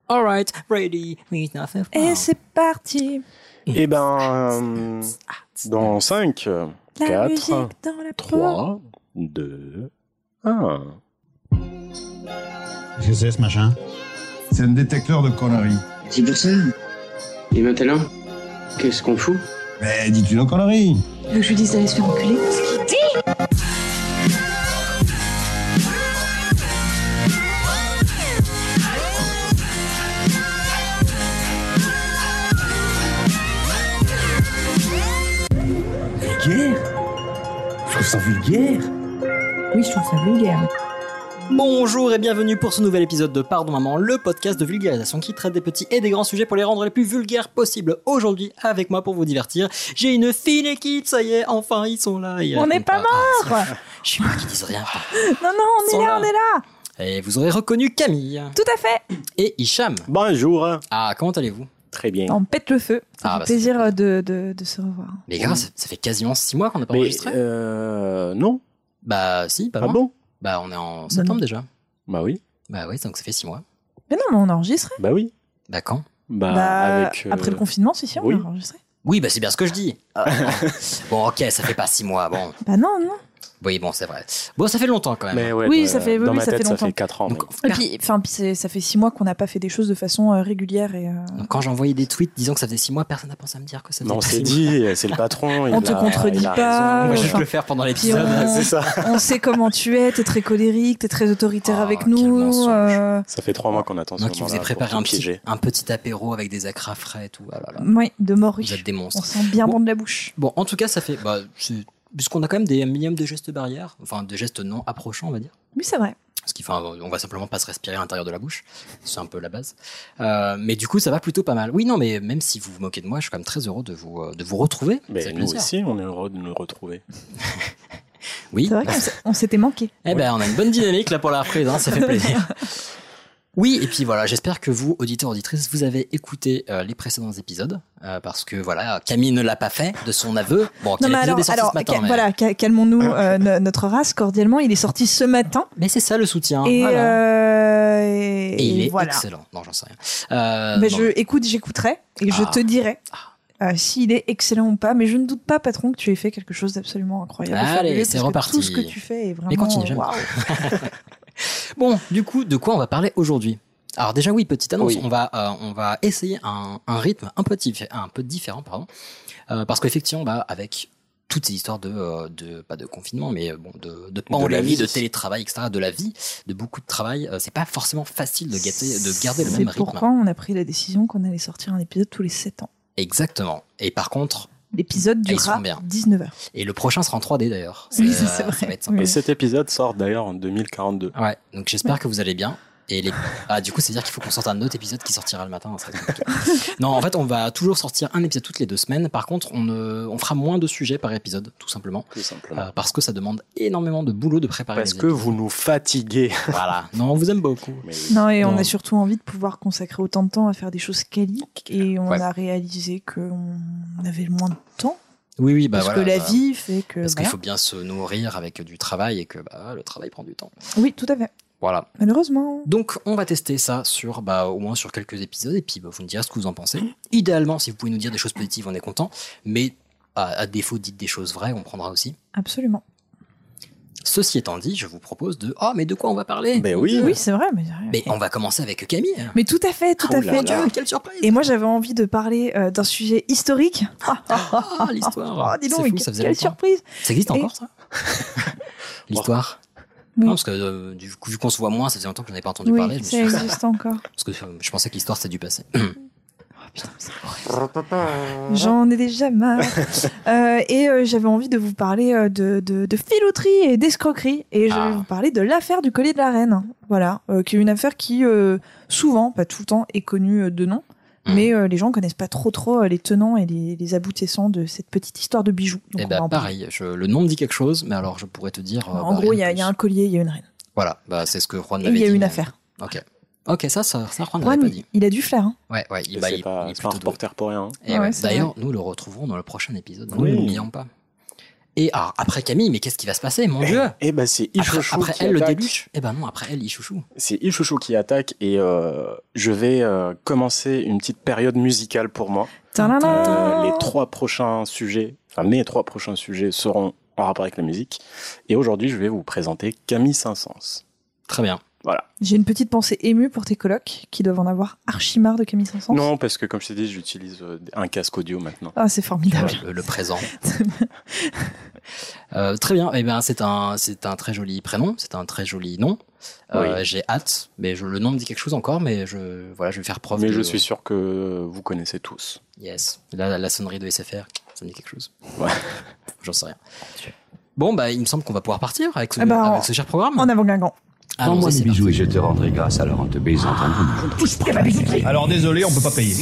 Alright, ready, with nothing. Et c'est parti. Eh ben, dans 5, La 4, musique dans la 3, 2, 1. Qu'est-ce que c'est ce machin? C'est un détecteur de conneries. C'est pour ça. Et maintenant, qu'est-ce qu'on fout? Mais dis-tu nos conneries? Tu veux que je lui dise d'aller se faire enculer? Vulgaire? Je trouve ça vulgaire. Oui, je trouve ça vulgaire. Bonjour et bienvenue pour ce nouvel épisode de Pardon Maman, le podcast de vulgarisation qui traite des petits et des grands sujets pour les rendre les plus vulgaires possibles. Aujourd'hui, avec moi pour vous divertir, j'ai une fine équipe, ça y est, enfin ils sont là. On n'est pas mort. Je suis peur qu'ils disent rien. Non, on est là. Et vous aurez reconnu Camille. Tout à fait. Et Hicham. Bonjour. Ah, comment allez-vous? Très bien. On pète le feu. Ça fait bah, plaisir de se revoir. Les gars, ça fait quasiment 6 mois qu'on n'a pas Mais enregistré. non. Bah si, pas Ah loin. bon? Bah on est en septembre Non. déjà. Bah oui. Bah oui, donc ça fait 6 mois. Mais non, mais on a enregistré. Bah oui. Bah quand? Avec. Après le confinement, si, on oui. a enregistré. Oui, bah c'est bien ce que je dis. Bon, ok, ça fait pas 6 mois, bon. Bah non. Oui, bon, c'est vrai. Bon, ça fait longtemps quand même. Mais ouais, Oui, ça fait- oui, dans oui, ma ça tête, fait ça longtemps. fait 4 ans. Donc, Et puis, ça fait 6 mois qu'on n'a pas fait des choses de façon régulière et. Donc, quand j'envoyais des tweets disant que ça faisait 6 mois, personne n'a pensé à me dire que ça faisait Mais on pas s'est 6 mois. dit, c'est le patron. On te contredit il a pas. On va raison. juste le faire pendant l'épisode. Puis C'est ça. On sait comment tu es, t'es très colérique, t'es très autoritaire Oh, avec quel nous. mensonge. Ça fait 3 mois qu'on attend Moi ce qui vous moment-là ai préparé pour un te piéger. petit apéro avec des acras frais et tout. Ah là là. Oui, de mort Vous êtes riche. des On monstres. sent bien Bon. bon de la bouche. Bon, en tout cas, ça fait. Puisqu'on a quand même des minimums de gestes barrières, enfin des gestes non approchants, on va dire. Oui, c'est vrai. Ce qui fait, on va simplement pas se respirer à l'intérieur de la bouche. C'est un peu la base. Mais du coup, ça va plutôt pas mal. Oui, non, mais même si vous vous moquez de moi, je suis quand même très heureux de vous retrouver. Ça Mais fait nous plaisir. aussi, on est heureux de nous retrouver. Oui. C'est vrai qu'on s'était manqué. Eh ben, on a une bonne dynamique là pour la reprise, hein, ça fait plaisir. Oui, et puis voilà, j'espère que vous, auditeurs, auditrices, vous avez écouté les précédents épisodes, parce que voilà, Camille ne l'a pas fait de son aveu. Bon, Non, mais l'épisode est sorti ce matin, mais... voilà, calmons-nous notre race cordialement. Il est sorti ce matin. Mais c'est ça le soutien. Et, voilà. et Et il est voilà. excellent. Non, j'en sais rien. Mais bon. j'écouterai et je Ah. te dirai s'il est excellent ou pas. Mais je ne doute pas, patron, que tu aies fait quelque chose d'absolument incroyable. Allez, fabuleux, c'est parce que reparti. Tout ce que tu fais est vraiment. Mais continue, j'aime. waouh. Bon, du coup, de quoi on va parler aujourd'hui? Alors déjà, oui, petite annonce, Oui. on va essayer un rythme un peu différent, pardon, parce qu'effectivement, avec toutes ces histoires pas de confinement, mais bon, de pandémie, vie. de télétravail, etc., de la vie, de beaucoup de travail, c'est pas forcément facile de garder le C'est même rythme. pourquoi on a pris la décision qu'on allait sortir un épisode tous les 7 ans. Exactement. Et par contre, L'épisode ils durera sont bien. 19 heures. et le prochain sera en 3D d'ailleurs. Oui, ça, c'est vrai. Ça va être sympa. Et cet épisode sort d'ailleurs en 2042. Ouais, donc j'espère que vous allez bien. Et du coup, c'est-à-dire qu'il faut qu'on sorte un autre épisode qui sortira le matin. Ça va être compliqué. Non, en fait, on va toujours sortir un épisode toutes les 2 semaines. Par contre, on fera moins de sujets par épisode, tout simplement. Tout simplement. Parce que ça demande énormément de boulot de préparer Parce les que épisodes. vous nous fatiguez. Voilà. Non, on vous aime beaucoup. Mais Non, et on Non. a surtout envie de pouvoir consacrer autant de temps à faire des choses qualiques. Et on Ouais. a réalisé qu'on avait moins de temps. Oui, parce que la vie fait que. Parce qu'il voilà. faut bien se nourrir avec du travail et que le travail prend du temps. Oui, tout à fait. Voilà. Malheureusement. Donc, on va tester ça au moins sur quelques épisodes et puis vous me direz ce que vous en pensez. Idéalement, si vous pouvez nous dire des choses positives, on est content. Mais à défaut, dites des choses vraies, on prendra aussi. Absolument. Ceci étant dit, je vous propose mais de quoi on va parler? Ben oui. Oui, c'est vrai. Mais on va commencer avec Camille. Mais tout à fait, tout à Oh fait. là là. Quelle surprise! Et moi, j'avais envie de parler d'un sujet historique. Ah, l'histoire! Oh, dis donc, C'est mais fou, ça faisait quelle longtemps. surprise! Ça existe Et- encore, ça? L'histoire? Oui. Non, parce que vu qu'on se voit moins, ça faisait longtemps que j'en avais pas entendu Oui, parler. Je me ça suis dit, existe encore. parce que je pensais que l'histoire c'était du passé. J'en ai déjà marre. Et j'avais envie de vous parler de filouterie et d'escroquerie. Et je vais vous parler de l'affaire du collier de la reine. Voilà, qui est une affaire qui, souvent, pas tout le temps, est connue de nom. Mais les gens connaissent pas trop les tenants et les aboutissants de cette petite histoire de bijoux. Donc, Et on va en parler. pareil, le nom me dit quelque chose, mais alors je pourrais te dire. En gros, il y a un collier, il y a une reine. Voilà, c'est ce que Juan Et m'avait il y a dit. une affaire. Ok, ça Juan Juan, n'avait pas dit. il a du flair. Hein. Ouais, Et il c'est est pas un plutôt doué. reporter pour rien. Et Ouais, c'est d'ailleurs, nous le retrouverons dans le prochain épisode. Oui. N'oublions pas. Et alors, après Camille, mais qu'est-ce qui va se passer, mon Dieu? Et ben c'est Ichouchou Après qui elle, le attaque. déluge? Eh ben non, après elle, Ichouchou. C'est Ichouchou qui attaque et je vais commencer une petite période musicale pour moi. Ta-da-da. Les 3 prochains sujets, enfin mes 3 prochains sujets seront en rapport avec la musique. Et aujourd'hui, je vais vous présenter Camille Saint-Saëns. Très bien. Voilà. J'ai une petite pensée émue pour tes colocs qui doivent en avoir archi marre de Camille Saint-Saëns. Non, parce que comme je t'ai dit, j'utilise un casque audio maintenant. Ah, c'est formidable. Le présent. Très bien. Eh ben, c'est un très joli prénom. C'est un très joli nom. Oui. J'ai hâte, mais le nom me dit quelque chose encore, mais je vais faire preuve. Mais de... je suis sûr que vous connaissez tous. Yes. Là, la sonnerie de SFR, ça me dit quelque chose. Ouais. J'en sais rien. Bon, bah, il me semble qu'on va pouvoir partir avec ce, Ah bah, avec ce cher programme. En avant Guingamp. Allons-y, Rends-moi c'est mes bijoux parti. et je te rendrai grâce alors en te baisant un homme. Alors désolé, on peut pas payer.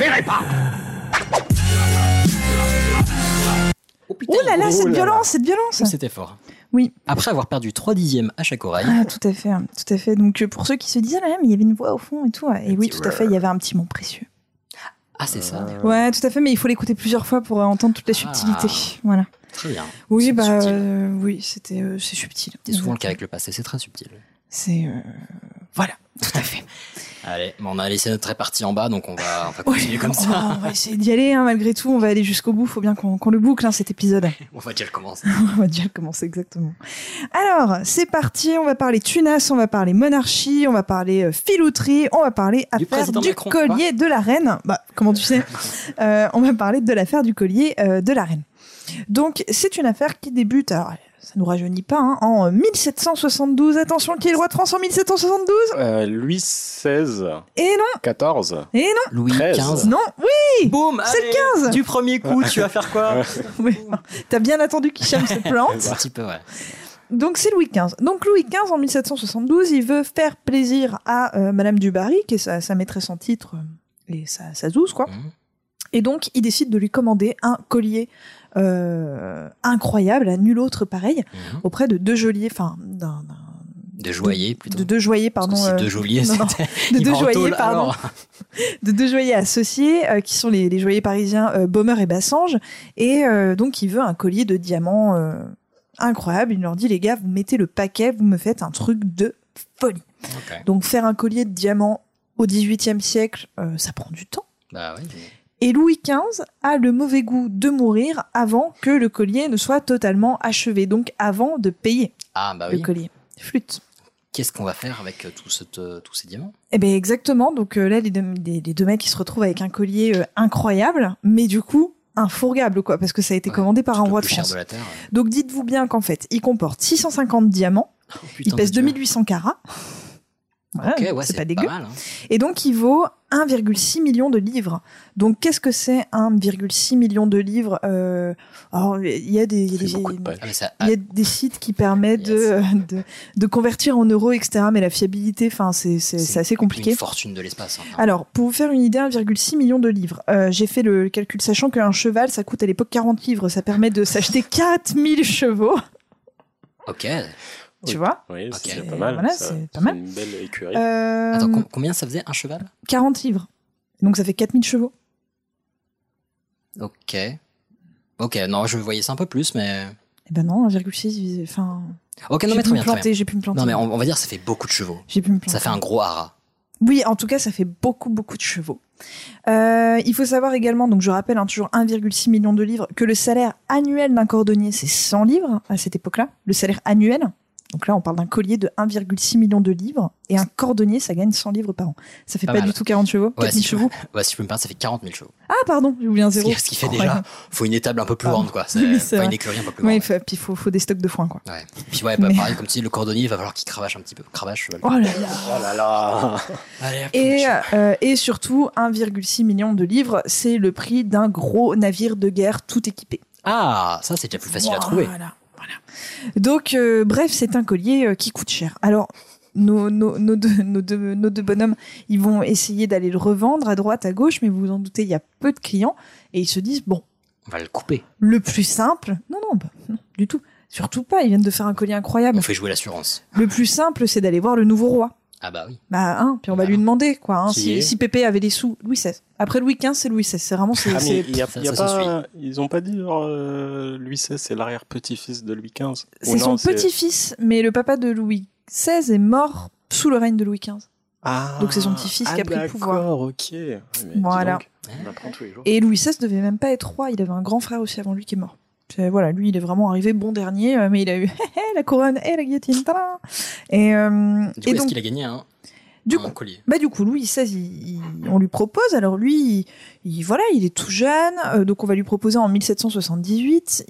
Oh putain. Oh là là, Oh cette là violence, cette violence. C'était fort. Oui. Après avoir perdu 3 dixièmes à chaque oreille. Ah, tout à fait, tout à fait. Donc pour ceux qui se disent, ah là là, mais il y avait une voix au fond et tout. Et oui, tout à fait, il y avait un petit mot précieux. Ah, c'est ça. Ouais, tout à fait, mais il faut l'écouter plusieurs fois pour entendre toute la subtilité. Voilà. Très bien. Oui, C'est bah subtil. Oui, c'est subtil. C'est souvent le cas avec le passé, c'est très subtil. C'est voilà, tout à fait. Allez, on a laissé notre répartie en bas, donc on va continuer comme ça. On va essayer d'y aller, hein, malgré tout. On va aller jusqu'au bout. Faut bien qu'on le boucle, hein, cet épisode. On va déjà le commencer. On va déjà commencer exactement. Alors, c'est parti. On va parler tunas, on va parler monarchie, on va parler filouterie, on va parler Du affaire président du Macron, collier de la reine. Bah, comment tu sais On va parler de l'affaire du collier de la reine. Donc, c'est une affaire qui débute. Alors, ça nous rajeunit pas, hein, en 1772. Attention, qui est le roi de France en 1772 Louis XVI, Et non, 14. et non, Louis 13. XV. non, oui, Boum, c'est allez, le 15. Du premier coup, tu vas faire quoi? Oui. T'as bien attendu qu'Hicham se plante. Un petit peu, ouais. Donc c'est Louis XV. Donc Louis XV en 1772, il veut faire plaisir à Madame du Barry, qui est sa maîtresse en titre et sa zouze, quoi. Mhm. Et donc il décide de lui commander un collier incroyable, à nul autre pareil, Mhm. auprès de deux joailliers, enfin De joaillier, plutôt. de deux joailliers, pardon. Parce que si deux joailliers, non, non, c'était... de il deux va en joailliers, tôle, pardon. alors. De deux joailliers associés, qui sont les joailliers parisiens Baumer et Bassange, et donc il veut un collier de diamants incroyable. Il leur dit, les gars, vous mettez le paquet, vous me faites un truc de folie. Ok. Donc faire un collier de diamants au XVIIIe siècle, ça prend du temps. Bah oui. Et Louis XV a le mauvais goût de mourir avant que le collier ne soit totalement achevé, donc avant de payer Ah bah le oui. collier. Flûte. Qu'est-ce qu'on va faire avec tous ces diamants? Eh ben exactement, donc là les deux mecs ils se retrouvent avec un collier incroyable, mais du coup infourgable quoi, parce que ça a été Ouais, commandé par un le roi de plus cher France. de la Terre. Donc dites-vous bien qu'en fait il comporte 650 diamants, Oh, il putain pèse de Dieu. 2800 carats. Voilà, Ok, ouais, c'est pas dégueu. mal. Hein. Et donc, il vaut 1,6 million de livres. Donc, qu'est-ce que c'est 1,6 million de livres Alors, il y a des, C'est beaucoup de pages. Ah, mais ça, il y a des sites qui permettent de convertir en euros, etc. Mais la fiabilité, enfin, c'est assez compliqué. Une fortune de l'espace. Hein. Alors, pour vous faire une idée, 1,6 million de livres. J'ai fait le calcul, sachant qu'un cheval, ça coûte à l'époque 40 livres. Ça permet de s'acheter 4000 chevaux. Ok. Tu Oui. vois Oui, Ok. c'est pas mal. Voilà, ça, c'est pas ça mal. fait une belle écurie. Attends, combien ça faisait un cheval? 40 livres. Donc, ça fait 4000 chevaux. Ok. Ok, non, je voyais ça un peu plus, mais... Eh ben non, 1,6, enfin... Ok, non, J'ai mais pu très me bien, très bien. planter, j'ai pu me planter. Non, mais on va dire ça fait beaucoup de chevaux. J'ai pu me planter. Ça fait un gros haras. Oui, en tout cas, ça fait beaucoup, beaucoup de chevaux. Il faut savoir également, donc je rappelle, toujours 1,6 million de livres, que le salaire annuel d'un cordonnier, c'est 100 livres à cette époque-là. Le salaire annuel. Donc là, on parle d'un collier de 1,6 million de livres. Et un cordonnier, ça gagne 100 livres par an. Ça fait Pas pas mal. du tout 40 chevaux, Ouais, 4000 si je, chevaux. ouais, si je peux me permettre, ça fait 40 000 chevaux. Ah, pardon, j'ai oublié un zéro. Ce qui fait Oh, déjà, ouais. faut une étable un peu plus Ah. grande, quoi. C'est Oui, c'est pas vrai. une écurie un peu plus Ouais, grande. puis faut des stocks de foin, quoi. Ouais. Puis ouais, bah, Mais- pareil, comme tu dis, le cordonnier, il va falloir qu'il cravache un petit peu. Cravache, cheval. Oh là là. Oh là là. Allez, hop, Et surtout, 1,6 million de livres, c'est le prix d'un gros navire de guerre tout équipé. Ah, ça, c'est déjà plus facile à trouver. Voilà. Donc, bref, c'est un collier qui coûte cher. Alors, nos deux bonhommes, ils vont essayer d'aller le revendre à droite, à gauche, mais vous vous en doutez, il y a peu de clients, et ils se disent, bon, On va le couper. le plus simple, non, du tout. Surtout pas, ils viennent de faire un collier incroyable. On fait jouer l'assurance. Le plus simple, c'est d'aller voir le nouveau roi. Ah bah oui. Puis on va lui demander, quoi. Hein, Qui est si Pépé avait des sous, Louis XVI. Après Louis XV, c'est Louis XVI. C'est vraiment, Ah, mais il y a ça pas, se ils ont pas dit Louis XVI, c'est l'arrière-petit-fils de Louis XV. c'est son petit-fils, mais le papa de Louis XVI est mort sous le règne de Louis XV. Ah, Donc c'est son petit-fils qui a pris le pouvoir. D'accord, ok. Mais dis Voilà. donc, on apprend tous les jours. Et Louis XVI devait même pas être roi. Il avait un grand frère aussi avant lui qui est mort. Voilà, lui, il est vraiment arrivé bon dernier, mais il a eu la couronne et la guillotine. Tadam et Du coup, est-ce donc, qu'il a gagné un collier? du coup, Louis XVI, on lui propose. Alors lui, voilà, il est tout jeune, donc on va lui proposer en 1778.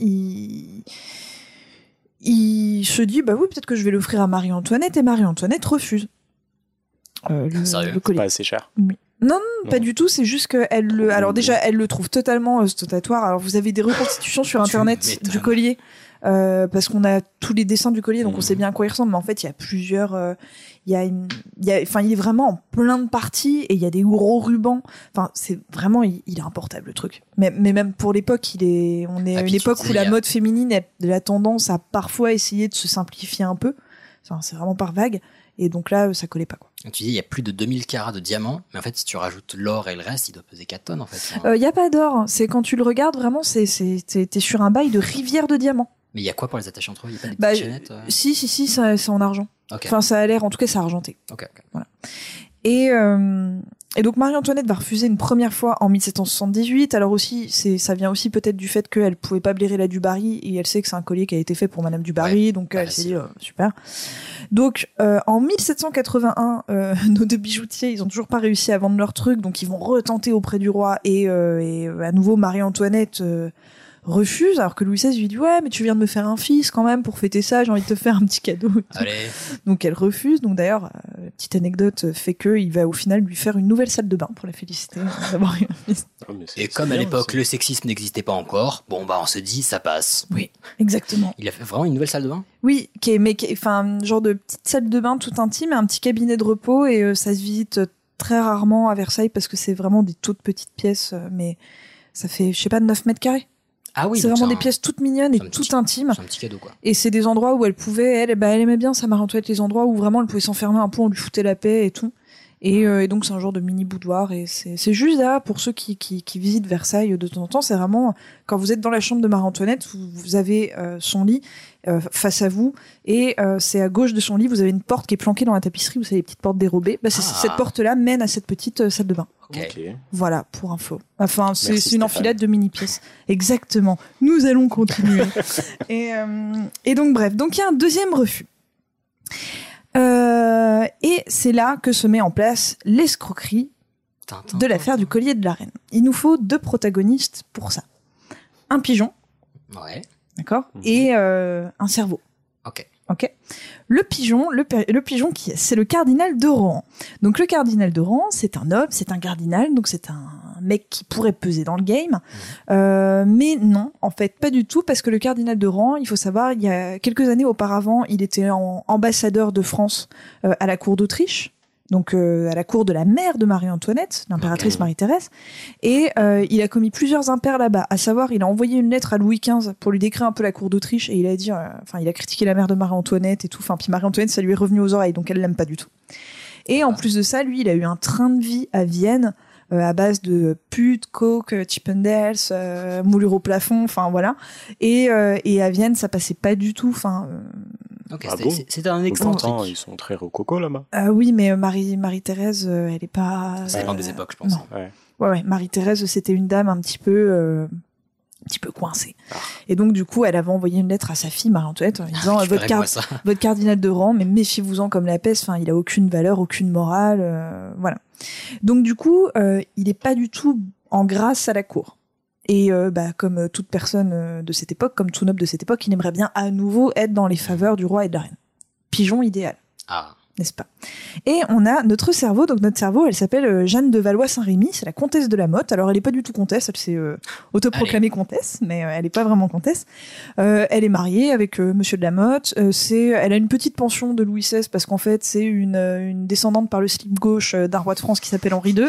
Il se dit, bah oui, peut-être que je vais l'offrir à Marie-Antoinette, et Marie-Antoinette refuse. Sérieux? Le collier. Pas assez cher. Oui. Non, pas du tout. C'est juste qu'elle le. Alors déjà, elle le trouve totalement ostentatoire. Alors vous avez des reconstitutions sur Internet m'étonnes. du collier, parce qu'on a tous les dessins du collier, donc on sait bien à quoi il ressemble. Mais en fait, il y a plusieurs. Il est vraiment en plein de parties et il y a des gros rubans. Enfin, c'est vraiment, il est importable le truc. Mais même pour l'époque, on est à puis une tu époque disais, où la mode féminine a de la tendance à parfois essayer de se simplifier un peu. Enfin, c'est vraiment par vague. Et donc là, ça collait pas, quoi. Tu dis, il y a plus de 2000 carats de diamants, mais en fait, si tu rajoutes l'or et le reste, il doit peser 4 tonnes, en fait. Il y a pas d'or. C'est quand tu le regardes vraiment, t'es sur un bail de rivière de diamants. Mais il y a quoi pour les attacher entre eux? Il y a pas des Bah, petites chaînettes Si, c'est en argent. Ok. Enfin, ça a l'air, en tout cas, c'est argenté. Ok. Et donc Marie-Antoinette va refuser une première fois en 1778. Alors aussi, ça vient aussi peut-être du fait qu'elle pouvait pas blairer la du Barry et elle sait que c'est un collier qui a été fait pour Madame du Barry, Ouais. donc Ah, elle s'est dit facile. super. Donc en 1781, nos deux bijoutiers, ils ont toujours pas réussi à vendre leur truc, donc ils vont retenter auprès du roi et à nouveau Marie-Antoinette refuse, alors que Louis XVI lui dit ouais mais tu viens de me faire un fils quand même, pour fêter ça j'ai envie de te faire un petit cadeau et tout. Allez. Donc elle refuse. Donc d'ailleurs, petite anecdote fait que il va au final lui faire une nouvelle salle de bain pour la féliciter d'avoir eu un fils. Oh, mais c'est- Et c'est comme à bien, l'époque, c'est- le sexisme n'existait pas encore, bon, bah, on se dit, ça passe. Oui, exactement. Il a fait vraiment une nouvelle salle de bain? Oui, enfin genre de petite salle de bain tout intime et un petit cabinet de repos, et ça se visite très rarement à Versailles parce que c'est vraiment des toutes petites pièces, mais ça fait je sais pas 9 mètres carrés. Ah oui, C'est donc vraiment des pièces toutes mignonnes et c'est un toutes petit- intimes. C'est un petit cadeau, quoi. Et c'est des endroits où elle pouvait, elle aimait bien sa Marie-Antoinette, les endroits où vraiment elle pouvait s'enfermer un peu, on lui foutait la paix et tout. Et donc c'est un genre de mini boudoir, et c'est juste là pour ceux qui visitent Versailles de temps en temps. C'est vraiment quand vous êtes dans la chambre de Marie-Antoinette, vous avez son lit face à vous, et c'est à gauche de son lit, vous avez une porte qui est planquée dans la tapisserie, vous savez, les petites portes dérobées. Bah, cette porte-là mène à cette petite salle de bain. Ok. Ok. Voilà, pour info. Enfin, c'est Merci, une Stéphane. enfilade de mini-pièces. Exactement. Nous allons continuer. et donc, bref. Donc, il y a un deuxième refus. Et c'est là que se met en place l'escroquerie de l'affaire du collier de la reine. Il nous faut 2 protagonistes pour ça. Un pigeon, Ouais. d'accord, et un cerveau. Ok. Ok. Le pigeon, qui est, c'est le cardinal de Rohan. Donc le cardinal de Rohan, c'est un noble, c'est un cardinal, donc c'est un mec qui pourrait peser dans le game. Mais non, en fait, pas du tout, parce que le cardinal de Rohan, il faut savoir, il y a quelques années auparavant, il était ambassadeur de France à la cour d'Autriche. Donc à la cour de la mère de Marie-Antoinette, l'impératrice Marie-Thérèse, et il a commis plusieurs impairs là-bas. À savoir, il a envoyé une lettre à Louis XV pour lui décrire un peu la cour d'Autriche, et il a dit, il a critiqué la mère de Marie-Antoinette et tout. Enfin, puis Marie-Antoinette, ça lui est revenu aux oreilles, donc elle l'aime pas du tout. Et en plus de ça, lui, il a eu un train de vie à Vienne à base de putes, coke, Chippendales, moulure au plafond, enfin voilà. Et à Vienne, ça passait pas du tout. Enfin. Ok, Ah bon c'était un Pourtant, excentrique. ils sont très rococo là-bas. Oui, mais Marie-Thérèse, elle est pas. Ça dépend des époques, je pense. Non. Ouais. Ouais. Marie-Thérèse, c'était une dame un petit peu coincée. Et donc, du coup, elle avait envoyé une lettre à sa fille, Marie-Antoinette, en lui disant Récupérez-moi ça. votre cardinal de rang, mais méfiez-vous-en comme la peste. Enfin, il a aucune valeur, aucune morale, voilà. Donc, du coup, il est pas du tout en grâce à la cour. Et comme toute personne de cette époque, comme tout noble de cette époque, il aimerait bien à nouveau être dans les faveurs du roi et de la reine. Pigeon idéal, Ah. n'est-ce pas? Et on a notre cerveau. Donc notre cerveau, elle s'appelle Jeanne de Valois-Saint-Rémy. C'est la comtesse de la Motte. Alors elle est pas du tout comtesse, elle s'est autoproclamée comtesse, mais elle est pas vraiment comtesse. Elle est mariée avec Monsieur de la Motte. Elle a une petite pension de Louis XVI parce qu'en fait c'est une descendante par le slip gauche d'un roi de France qui s'appelle Henri II.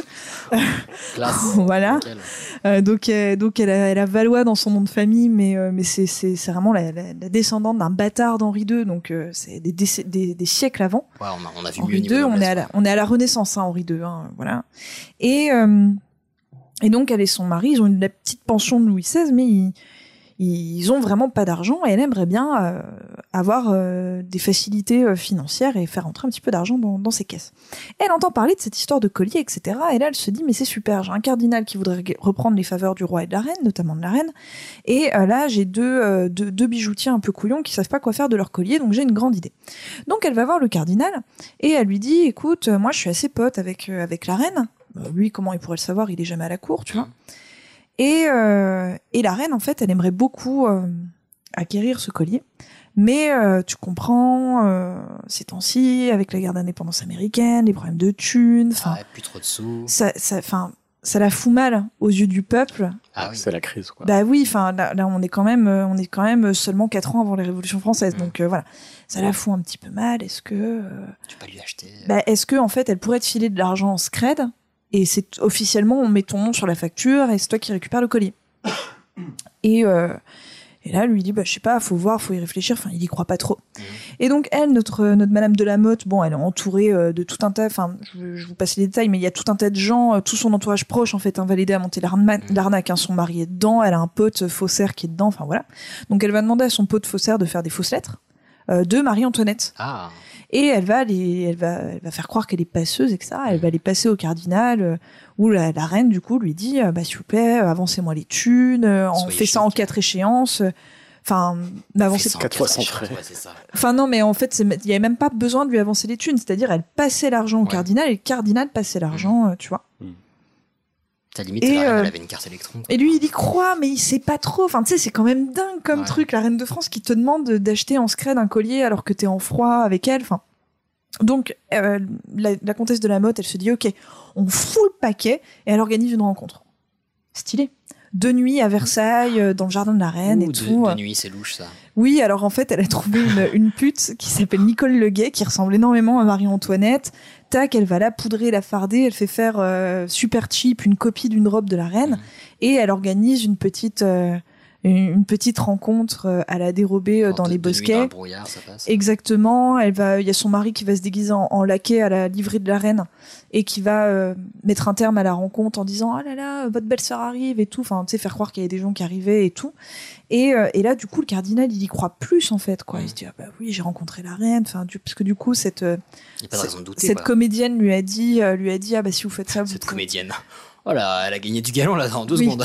Classe. Voilà. Nickel. Donc elle a Valois dans son nom de famille, mais c'est vraiment la descendante d'un bâtard d'Henri II. Donc c'est des siècles avant. Ouais, on a vu mieux Henri niveau II, noblesse, on est à la Renaissance, hein, Henri II, hein, voilà. Et donc, elle et son mari, ils ont la petite pension de Louis XVI, mais ils ont vraiment pas d'argent et elle aimerait bien avoir des facilités financières et faire entrer un petit peu d'argent dans ses caisses. Et elle entend parler de cette histoire de collier, etc. Et là, elle se dit, mais c'est super, j'ai un cardinal qui voudrait reprendre les faveurs du roi et de la reine, notamment de la reine. Et là, j'ai deux bijoutiers un peu couillons qui savent pas quoi faire de leur collier, donc j'ai une grande idée. Donc, elle va voir le cardinal et elle lui dit, écoute, moi, je suis assez pote avec la reine. Lui, comment il pourrait le savoir? Il est jamais à la cour, tu vois. Et la reine, en fait, elle aimerait beaucoup acquérir ce collier. Mais tu comprends, ces temps-ci, avec la guerre d'indépendance américaine, les problèmes de thunes, plus trop de sous. Ça la fout mal aux yeux du peuple. Ah oui. C'est la crise, quoi. Bah oui, enfin là on est quand même seulement 4 ans avant la Révolution française, donc voilà, ça la fout un petit peu mal. Est-ce que tu peux pas lui acheter est-ce que en fait elle pourrait te filer de l'argent en scred? Et c'est officiellement, on met ton nom sur la facture et c'est toi qui récupères le collier. Et là, lui dit, je sais pas, faut voir, faut y réfléchir. Enfin, il y croit pas trop. Et donc, elle, notre Madame de la Motte, bon, elle est entourée de tout un tas, enfin, je vous passe les détails, mais il y a tout un tas de gens, tout son entourage proche, en fait, va l'aider à monter l'arnaque, hein. Son mari est dedans, elle a un pote faussaire qui est dedans, enfin voilà. Donc, elle va demander à son pote faussaire de faire des fausses lettres de Marie-Antoinette. Ah. Et elle va faire croire qu'elle est passeuse, etc. Elle va les passer au cardinal, où la reine, du coup, lui dit, s'il vous plaît, avancez-moi les thunes, on fait ça en 4 échéances. Enfin, avancer 4 fois sans frais. Ouais, c'est ça. Enfin, non, mais en fait, il n'y avait même pas besoin de lui avancer les thunes. C'est-à-dire, elle passait l'argent au cardinal et le cardinal passait l'argent, tu vois. Ta limite, la reine, elle avait une carte électron. Et lui, il y croit, mais il sait pas trop. Enfin, tu sais, c'est quand même dingue comme truc, la reine de France qui te demande d'acheter en scred un collier alors que t'es en froid avec elle. Enfin, donc, la comtesse de la Motte, elle se dit, ok, on fout le paquet et elle organise une rencontre. Stylé. De nuit à Versailles, dans le jardin de la reine et tout. De nuit, c'est louche, ça. Oui, alors en fait, elle a trouvé une pute qui s'appelle Nicole Leguet, qui ressemble énormément à Marie-Antoinette. Tac, elle va la poudrer, la farder, elle fait faire super cheap une copie d'une robe de la reine et elle organise une petite rencontre à la dérobée dans les bosquets. Dans le brouillard, ça passe. Exactement. Il y a son mari qui va se déguiser en laquais à la livrée de la reine et qui va mettre un terme à la rencontre en disant ah là là, votre belle-sœur arrive et tout. Enfin, tu sais, faire croire qu'il y avait des gens qui arrivaient et tout. Et là, du coup, le cardinal, il y croit plus en fait, quoi. Il se dit ah bah oui, j'ai rencontré la reine. Enfin, parce que du coup, cette comédienne lui a dit ah bah si vous faites ça, comédienne. Oh là, elle a gagné du galon là dans 2 secondes.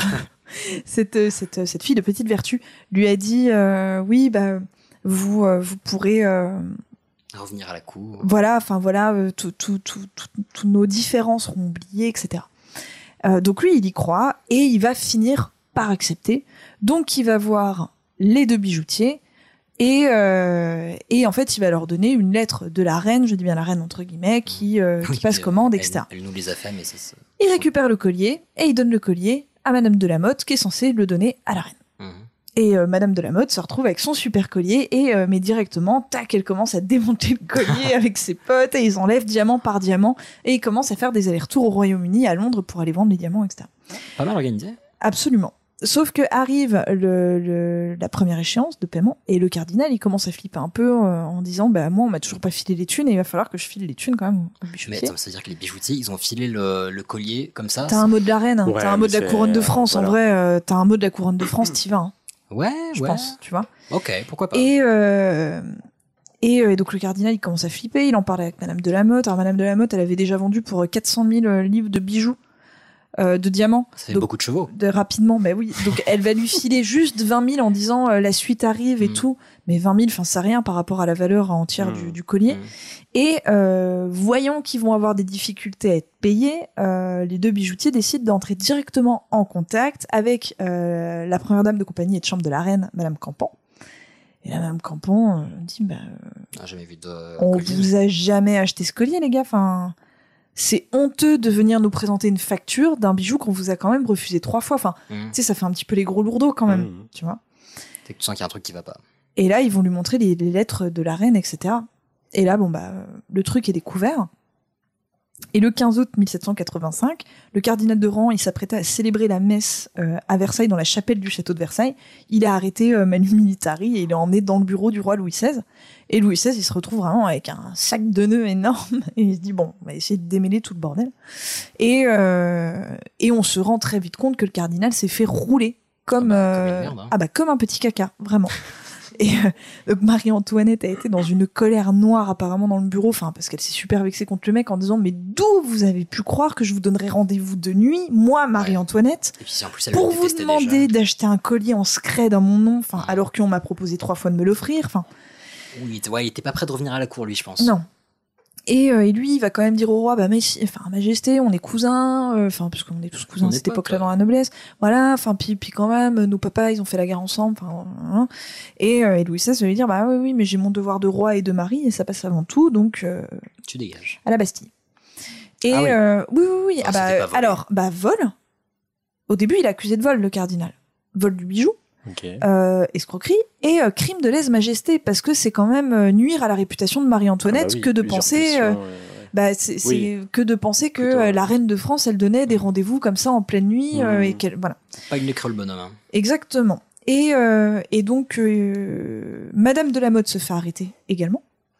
Cette fille de petite vertu lui a dit oui bah vous pourrez revenir à la cour. Voilà, enfin voilà, tous nos différends seront oubliés, etc. Donc lui, il y croit et il va finir par accepter. Donc il va voir les 2 bijoutiers et en fait il va leur donner une lettre de la reine, je dis bien la reine entre guillemets, qui passe commande, etc. Elle nous les a fait, mais c'est. Il récupère le collier et il donne le collier à Madame de la Motte qui est censée le donner à la reine. Et Madame de la Motte se retrouve avec son super collier et mais directement, tac, elle commence à démonter le collier avec ses potes et ils enlèvent diamant par diamant et ils commencent à faire des allers-retours au Royaume-Uni, à Londres pour aller vendre les diamants, etc. Pas mal organisé. Absolument. Sauf que arrive la première échéance de paiement et le cardinal il commence à flipper un peu en disant bah moi on m'a toujours pas filé les thunes et il va falloir que je file les thunes quand même au bijoutier. Mais attends, ça veut dire que les bijoutiers ils ont filé le collier comme ça. T'as un mot de la reine, t'as un mot de la couronne de France, voilà. En vrai t'as un mot de la couronne de France, t'y vas. Je pense, tu vois. Ok, pourquoi pas. Et donc le cardinal il commence à flipper, il en parle avec Madame de la Motte. Alors Madame de la Motte elle avait déjà vendu pour 400 000 livres de bijoux. De diamants. Ça fait beaucoup de chevaux. Rapidement, bah oui. Donc elle va lui filer juste 20 000 en disant la suite arrive et tout. Mais 20 000, enfin c'est rien par rapport à la valeur entière du collier. Et voyant qu'ils vont avoir des difficultés à être payés, les 2 bijoutiers décident d'entrer directement en contact avec la première dame de compagnie et de chambre de la reine, Madame Campan. Et là, Madame Campan dit jamais vu on vous a jamais acheté ce collier, les gars. Enfin. C'est honteux de venir nous présenter une facture d'un bijou qu'on vous a quand même refusé 3 fois. Enfin, tu sais, ça fait un petit peu les gros lourdeaux quand même, tu vois. C'est que tu sens qu'il y a un truc qui va pas. Et là, ils vont lui montrer les lettres de la reine, etc. Et là, bon, bah, le truc est découvert. Et le 15 août 1785, le cardinal de Rohan, il s'apprêtait à célébrer la messe à Versailles, dans la chapelle du château de Versailles. Il est arrêté manu militari et il est emmené dans le bureau du roi Louis XVI. Et Louis XVI, il se retrouve vraiment avec un sac de nœuds énorme. Et il se dit, bon, on va essayer de démêler tout le bordel. Et on se rend très vite compte que le cardinal s'est fait rouler comme une merde, hein. comme un petit caca, vraiment. Et donc Marie-Antoinette a été dans une colère noire apparemment dans le bureau, enfin parce qu'elle s'est super vexée contre le mec en disant mais d'où vous avez pu croire que je vous donnerais rendez-vous de nuit, moi Marie-Antoinette, Et puis en plus, elle pour le vous détestait demander déjà. d'acheter un collier en secret dans mon nom, enfin alors qu'on m'a proposé 3 fois de me l'offrir, enfin Oui, il était pas prêt de revenir à la cour, lui, je pense. non. Et lui, il va quand même dire au roi, bah, majesté, on est cousins, enfin, parce qu'on est tous cousins à cette époque-là dans la noblesse. Voilà, enfin, puis quand même, nos papas, ils ont fait la guerre ensemble, enfin, et Louis XVI va lui dire, bah oui, mais j'ai mon devoir de roi et de mari, et ça passe avant tout, donc, Tu dégages. à la Bastille. Et, Ah oui. oui. Ah, c'était pas volé. Alors, vol. Au début, il est accusé de vol, le cardinal. Vol du bijou. Ok. Escroquerie et crime de lèse-majesté, parce que c'est quand même nuire à la réputation de Marie-Antoinette Ah bah oui, que de usurpation, penser c'est Oui. que de penser que Plutôt, ouais. la reine de France elle donnait des rendez-vous comme ça en pleine nuit et qu'elle voilà. Pas une école, le bonhomme. Hein. Exactement. Et donc Madame de la Motte se fait arrêter également.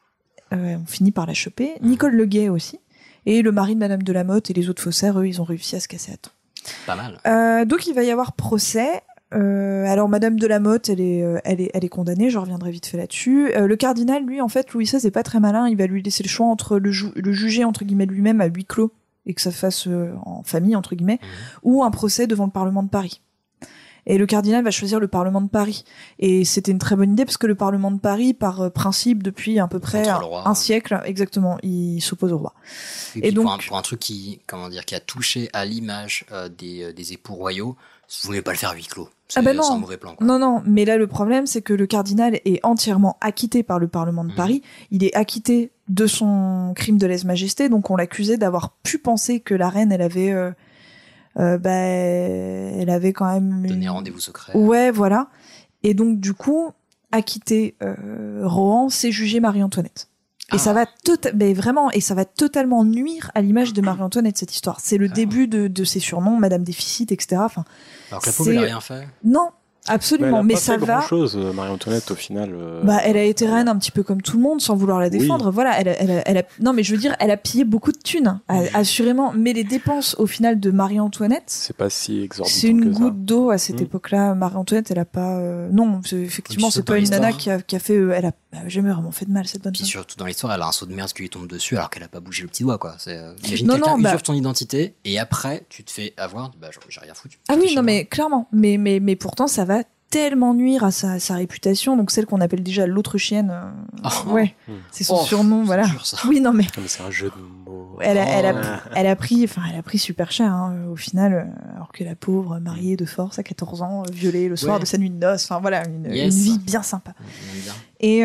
On finit par la choper. Nicole Le Guay aussi. Et le mari de Madame de la Motte et les autres faussaires, eux, ils ont réussi à se casser à temps. Pas mal. Donc il va y avoir procès. Alors Madame de la Motte, elle est condamnée. Je reviendrai vite fait là-dessus. Le cardinal, lui, en fait, Louis XVI est pas très malin. Il va lui laisser le choix entre le juger entre guillemets lui-même à huis clos et que ça se fasse en famille entre guillemets, ou un procès devant le Parlement de Paris. Et le cardinal va choisir le Parlement de Paris. Et c'était une très bonne idée parce que le Parlement de Paris, par principe, depuis à peu près Contre le roi. un siècle, exactement, il s'oppose au roi. Et puis donc- pour un truc qui a touché à l'image des époux royaux, vous ne voulez pas le faire à huis clos. C'est Ah bah non. un mauvais plan. Quoi. Non, mais là le problème c'est que le cardinal est entièrement acquitté par le Parlement de Paris. Il est acquitté de son crime de lèse-majesté, donc on l'accusait d'avoir pu penser que la reine, elle avait quand même Donner rendez-vous secret. Ouais, voilà. Et donc du coup, acquitté Rohan, c'est juger Marie-Antoinette. Et ça va ça va totalement nuire à l'image de Marie-Antoinette, cette histoire. C'est le début de ses surnoms, Madame Déficit, etc. Enfin, Alors que la pauvre, elle a rien fait. non, absolument, mais ça va. Grand-chose, Marie-Antoinette, au final. Elle a été reine un petit peu comme tout le monde, sans vouloir la défendre. Oui. Voilà, elle a. Non, mais je veux dire, elle a pillé beaucoup de thunes, assurément. Mais les dépenses, au final, de Marie-Antoinette, C'est pas si exorbitant c'est une que ça. goutte d'eau à cette époque-là. Marie-Antoinette, elle a pas. Non, effectivement, Et puis c'est surtout pas dans une nana l'histoire. qui a fait. Elle a jamais vraiment fait de mal, cette bonne Puis femme. surtout dans l'histoire, elle a un saut de merde qui lui tombe dessus alors qu'elle a pas bougé le petit doigt, quoi. Imagine Non, quelqu'un non, usurpe ton identité et après, tu te fais avoir, j'ai rien foutu. Ah J'étais oui, chez non, moi. mais clairement. Mais pourtant, ça va tellement nuire à sa réputation. Donc, celle qu'on appelle déjà l'autre chienne. Oh. Ouais, c'est son Oh, surnom, c'est voilà. dur, ça. Oui, non, mais. Non, mais c'est un jeu de mots. Elle a pris super cher, hein, au final, alors que la pauvre, mariée de force à 14 ans, violée le soir Ouais. de sa nuit de noces. Enfin, voilà, une Yes. vie bien sympa. On aime bien.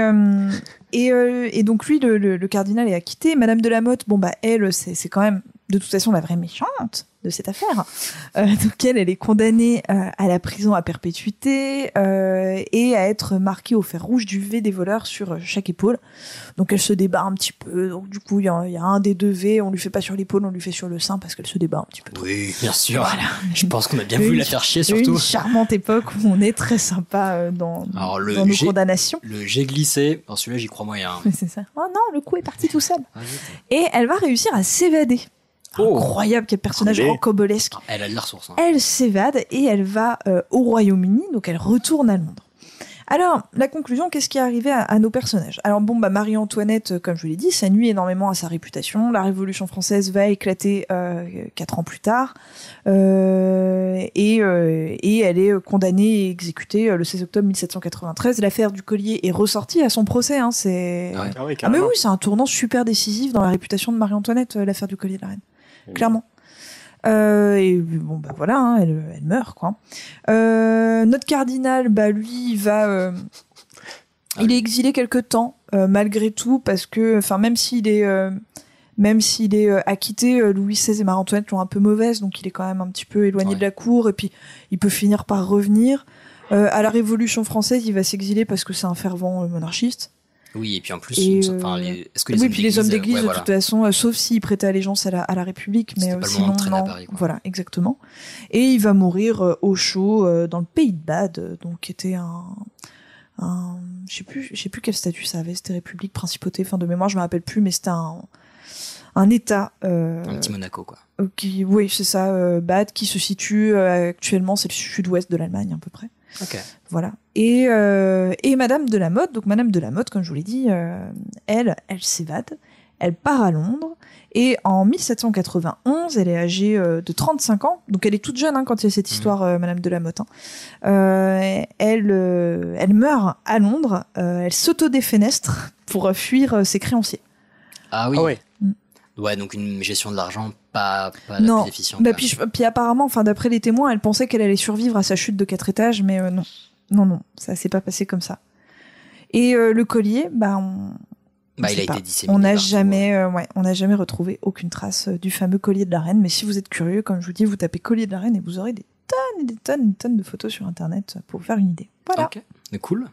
Et donc lui, le cardinal est acquitté. Madame de la Motte, elle, c'est quand même de toute façon la vraie méchante de cette affaire. Donc elle est condamnée à la prison à perpétuité et à être marquée au fer rouge du V des voleurs sur chaque épaule. Donc elle se débat un petit peu. Donc du coup, il y a un des deux V, on lui fait pas sur l'épaule, on lui fait sur le sein parce qu'elle se débat un petit peu trop. Oui, bien sûr. Voilà. Je pense qu'on a bien vu la faire chier, surtout. Une charmante époque où on est très sympa dans Alors, nos condamnations. Le j'ai glissé. Dans celui-là, j'y crois moyen. Mais c'est ça. Oh non, le coup est parti tout seul. Ah, vite. Et elle va réussir à s'évader. Oh. Incroyable, quel personnage Stylé. rocambolesque. Elle a de la ressource. Hein. Elle s'évade et elle va au Royaume-Uni, donc elle retourne à Londres. Alors, la conclusion, qu'est-ce qui est arrivé à nos personnages? Alors Marie-Antoinette, comme je vous l'ai dit, ça nuit énormément à sa réputation. La Révolution française va éclater 4 ans plus tard. Et elle est condamnée et exécutée le 16 octobre 1793. L'affaire du collier est ressortie à son procès. Hein, c'est... Ouais. Ah oui, Ah mais carrément. oui, c'est un tournant super décisif dans la réputation de Marie-Antoinette, l'affaire du collier de la reine. Clairement. Et voilà, hein, elle meurt, quoi. Notre cardinal, lui, il est exilé quelque temps, malgré tout, parce que, même s'il est acquitté, Louis XVI et Marie-Antoinette l'ont un peu mauvaise, donc il est quand même un petit peu éloigné Ouais. de la cour, et puis il peut finir par revenir. À la Révolution française, il va s'exiler parce que c'est un fervent monarchiste. Oui, et puis en plus, Et, est-ce que les oui, hommes puis les hommes d'église, ouais, de voilà. toute façon, sauf s'ils prêtaient allégeance à la République, mais C'était pas le sinon, moment de traîner à non. Paris, quoi. Voilà, exactement. Et il va mourir au chaud dans le pays de Bade, donc qui était je sais plus quel statut ça avait, c'était République, Principauté, fin de mémoire, je me rappelle plus, mais c'était un État. Un petit Monaco, quoi. Oui, c'est ça, Bade, qui se situe actuellement, c'est le sud-ouest de l'Allemagne à peu près. Ok. Voilà. Et Madame de la Motte, donc Madame de la Motte, comme je vous l'ai dit, elle s'évade, elle part à Londres, et en 1791, elle est âgée de 35 ans, donc elle est toute jeune quand il y a cette histoire, Madame de la Motte. Elle meurt à Londres, elle s'autodéfenestre pour fuir ses créanciers. Ah oui. Ah ouais. Ouais, donc une gestion de l'argent pas la Non. plus efficiente. Bah, quoi. puis apparemment, d'après les témoins, elle pensait qu'elle allait survivre à sa chute de 4 étages, mais non, ça s'est pas passé comme ça. Et le collier, il a sait pas. été disséminé. On n'a partout, jamais retrouvé aucune trace du fameux collier de la reine. Mais si vous êtes curieux, comme je vous dis, vous tapez collier de la reine et vous aurez des tonnes et des tonnes et des tonnes de photos sur Internet pour vous faire une idée. Voilà. Ok, mais cool.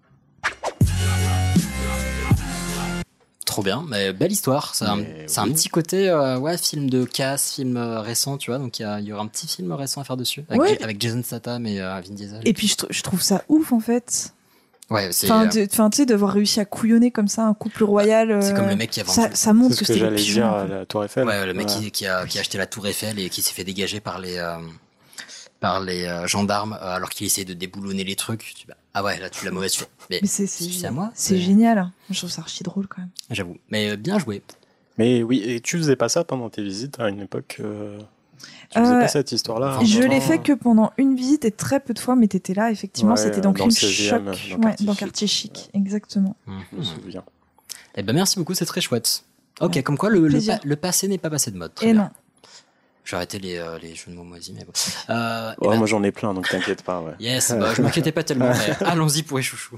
Trop bien, mais belle histoire. C'est un petit côté film de casse, film récent, tu vois. Donc il y aura un petit film récent à faire dessus avec Jason Statham et Vin Diesel. Et puis je trouve ça ouf en fait. Ouais, c'est tu sais, d'avoir réussi à couillonner comme ça un couple royal. c'est comme le mec qui a vendu. Ça montre C'est que ce que c'était j'allais pigeon, dire en à fait. la Tour Eiffel. Ouais, le mec qui a acheté la Tour Eiffel et qui s'est fait dégager par les gendarmes alors qu'il essayait de déboulonner les trucs. Ah ouais, là tu l'as mauvaise foi. Mais c'est à moi. C'est génial. Je trouve ça archi drôle quand même. J'avoue. Mais bien joué. Mais oui, et tu faisais pas ça pendant tes visites à une époque tu faisais pas cette histoire-là Je l'ai fait que pendant une visite et très peu de fois, mais t'étais là, effectivement, Ouais, c'était dans dans le Crime 16e, Choc, dans dans Quartier Chic, exactement. Je me souviens. Eh ben merci beaucoup, c'est très chouette. Ok, Ouais, comme quoi le passé n'est pas passé de mode. Très Et bien. non. J'ai arrêté les jeux de mots moisis, mais bon. Ouais, moi j'en ai plein, donc t'inquiète pas. Ouais. Yes, je m'inquiétais pas tellement. Mais allons-y pour les chouchous.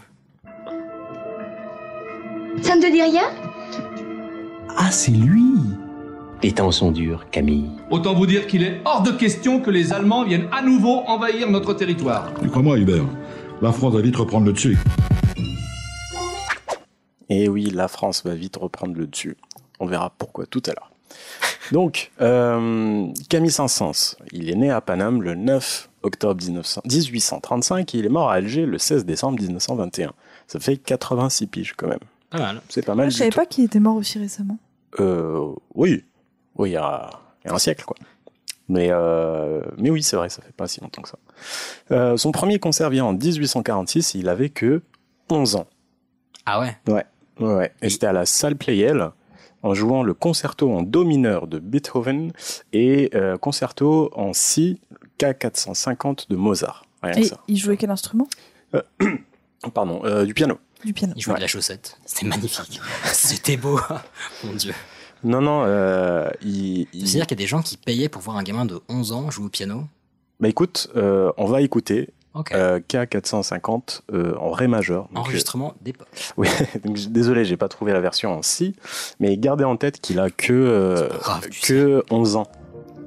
Ça ne te dit rien? Ah, c'est lui. Les temps sont durs, Camille. Autant vous dire qu'il est hors de question que les Allemands viennent à nouveau envahir notre territoire. Tu crois-moi, Hubert, la France va vite reprendre le dessus. Et oui, la France va vite reprendre le dessus. On verra pourquoi tout à l'heure. Donc, Camille Saint-Saëns, il est né à Paname le 9 octobre 1835 et il est mort à Alger le 16 décembre 1921. Ça fait 86 piges quand même. Pas mal. C'est pas mal Je du savais tout. pas qu'il était mort aussi récemment. Oui, il y a un siècle, quoi. Mais oui, c'est vrai, ça fait pas si longtemps que ça. Son premier concert vient en 1846, il avait que 11 ans. Ah ouais. Ouais. Et c'était à la salle Pleyel, en jouant le concerto en do mineur de Beethoven et concerto en si K450 de Mozart. Rien que Et ça. il jouait quel instrument? Pardon, du piano. Du piano. Il jouait de la chaussette. C'était magnifique. C'était beau. Mon Dieu. Non, C'est-à-dire qu'il y a des gens qui payaient pour voir un gamin de 11 ans jouer au piano. Bah écoute, on va écouter Ok. K450 en ré majeur. Donc, Enregistrement d'époque. oui, donc, désolé, j'ai pas trouvé la version en si, mais gardez en tête qu'il a que, C'est pas grave, tu que 11 ans.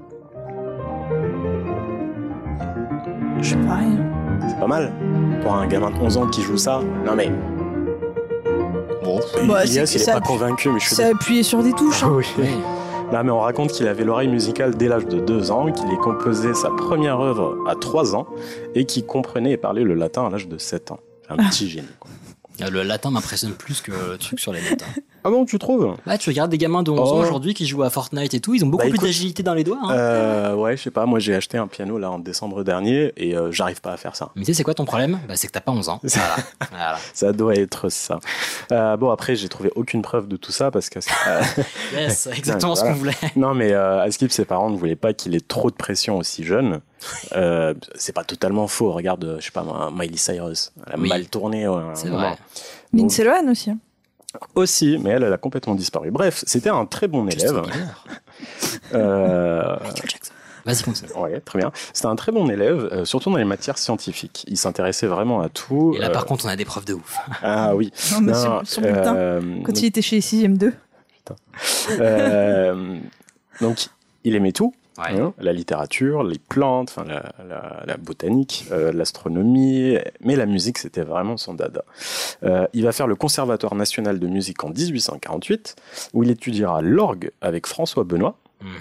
Je sais pas rien. C'est pas mal pour un gamin de 11 ans qui joue ça. Non mais. Bon, Bah, Ilias, c'est- il est ça pas appuie- convaincu, mais je suis Ça appuyait sur des touches. Hein. Oui. Oui. Non, mais on raconte qu'il avait l'oreille musicale dès l'âge de 2 ans, qu'il ait composé sa première œuvre à 3 ans et qu'il comprenait et parlait le latin à l'âge de 7 ans. Un petit génie, quoi. Le latin m'impressionne plus que le truc sur les notes. Hein. Ah bon, tu trouves? Ouais, tu regardes des gamins de 11 ans Oh. aujourd'hui qui jouent à Fortnite et tout, ils ont beaucoup Bah, plus écoute, d'agilité dans les doigts. Hein. Ouais, je sais pas, moi j'ai acheté un piano là en décembre dernier et j'arrive pas à faire ça. Mais tu sais, c'est quoi ton problème? C'est que t'as pas 11 ans. Voilà. Ça doit être ça. Bon, après, j'ai trouvé aucune preuve de tout ça parce que. Yes, exactement ce Voilà. qu'on voulait. Non, mais Askip, ses parents ne voulaient pas qu'il ait trop de pression aussi jeune. C'est pas totalement faux. Regarde, je sais pas, Miley Cyrus. Elle a Oui. mal tourné. C'est un vrai. moment. Lindsay Lohan aussi. Hein. Aussi, mais elle a complètement disparu. Bref, c'était un très bon élève. Justin Bieber. Euh, Michael Jackson. Vas-y, continue. Ouais, très bien. C'était un très bon élève, surtout dans les matières scientifiques. Il s'intéressait vraiment à tout. Et là, par contre, on a des preuves de ouf. Ah oui. Non, mais Non, sur bulletin. Quand il était chez les 6e 2. donc, il aimait tout. la littérature, les plantes, enfin la botanique, l'astronomie, mais la musique c'était vraiment son dada. Il va faire le Conservatoire national de musique en 1848 où il étudiera l'orgue avec François Benoît.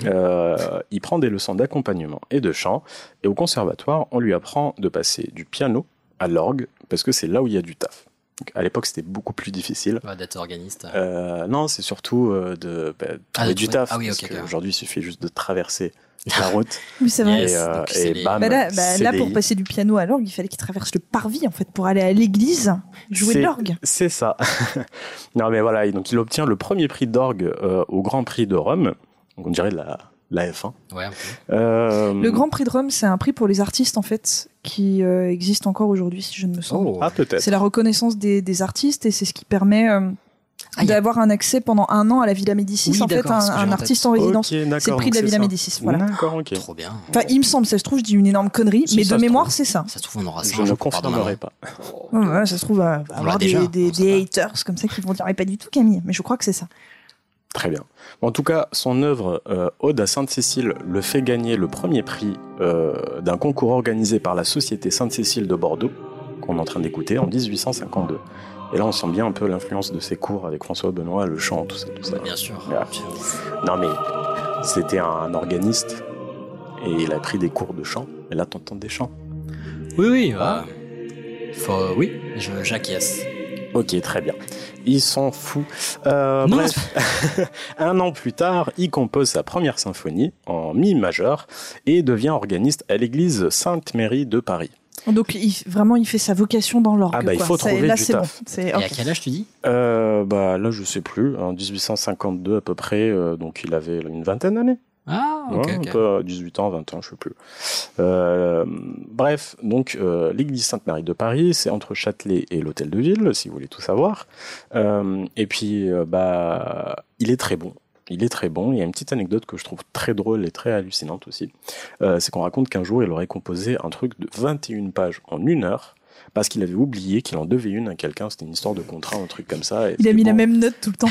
Il prend des leçons d'accompagnement et de chant et au conservatoire on lui apprend de passer du piano à l'orgue parce que c'est là où il y a du taf. Donc, à l'époque c'était beaucoup plus difficile d'être organiste. Non, c'est surtout de trouver du taf parce okay. qu'aujourd'hui il suffit juste de traverser la route. Oui, c'est vrai. Et bam, là, pour passer du piano à l'orgue, il fallait qu'il traverse le parvis en fait pour aller à l'église jouer de l'orgue. C'est ça. Non mais voilà, donc il obtient le premier prix d'orgue au Grand Prix de Rome. Donc on dirait la F1. Ouais. Le Grand Prix de Rome, c'est un prix pour les artistes en fait qui existe encore aujourd'hui, si je ne me trompe. Ah peut-être. C'est la reconnaissance des artistes et c'est ce qui permet d'avoir un accès pendant 1 an à la Villa Médicis, oui, en fait, un artiste en résidence. Okay, c'est le prix de la Villa Médicis, voilà. D'accord, ok. Trop bien. Enfin, il me semble, ça se trouve, je dis une énorme connerie, mais de mémoire, c'est ça. Ça se trouve, on aura ça. Je ne confirmerai pas. Ouais, ça se trouve, avoir des haters comme ça qui vont dire, mais pas du tout, Camille. Mais je crois que c'est ça. Très bien. En tout cas, son œuvre Ode à Sainte-Cécile le fait gagner le premier prix d'un concours organisé par la Société Sainte-Cécile de Bordeaux, qu'on est en train d'écouter en 1852. Et là, on sent bien un peu l'influence de ses cours avec François Benoît, le chant, tout ça. Ouais, bien sûr. Voilà. Non mais, c'était un organiste et il a pris des cours de chant. Et là, t'entends des chants. Oui. Oui, j'acquiesce. Ok, très bien. Il s'en fout. Bref, 1 an plus tard, il compose sa première symphonie en mi majeur et devient organiste à l'église Sainte-Marie de Paris. Donc il fait sa vocation dans l'orgue. Ah bah il faut trouver là, du c'est taf. Bon. Et à quel âge tu dis Là je sais plus, en 1852 à peu près, donc il avait une vingtaine d'années. Ah ok. 18 ans, 20 ans, je sais plus. Bref, donc l'église Sainte-Marie de Paris, c'est entre Châtelet et l'Hôtel de Ville, si vous voulez tout savoir. Et puis il est très bon. Il est très bon. Il y a une petite anecdote que je trouve très drôle et très hallucinante aussi. C'est qu'on raconte qu'un jour, il aurait composé un truc de 21 pages en 1 heure parce qu'il avait oublié qu'il en devait une à quelqu'un. C'était une histoire de contrat, un truc comme ça. Il a mis la même note tout le temps.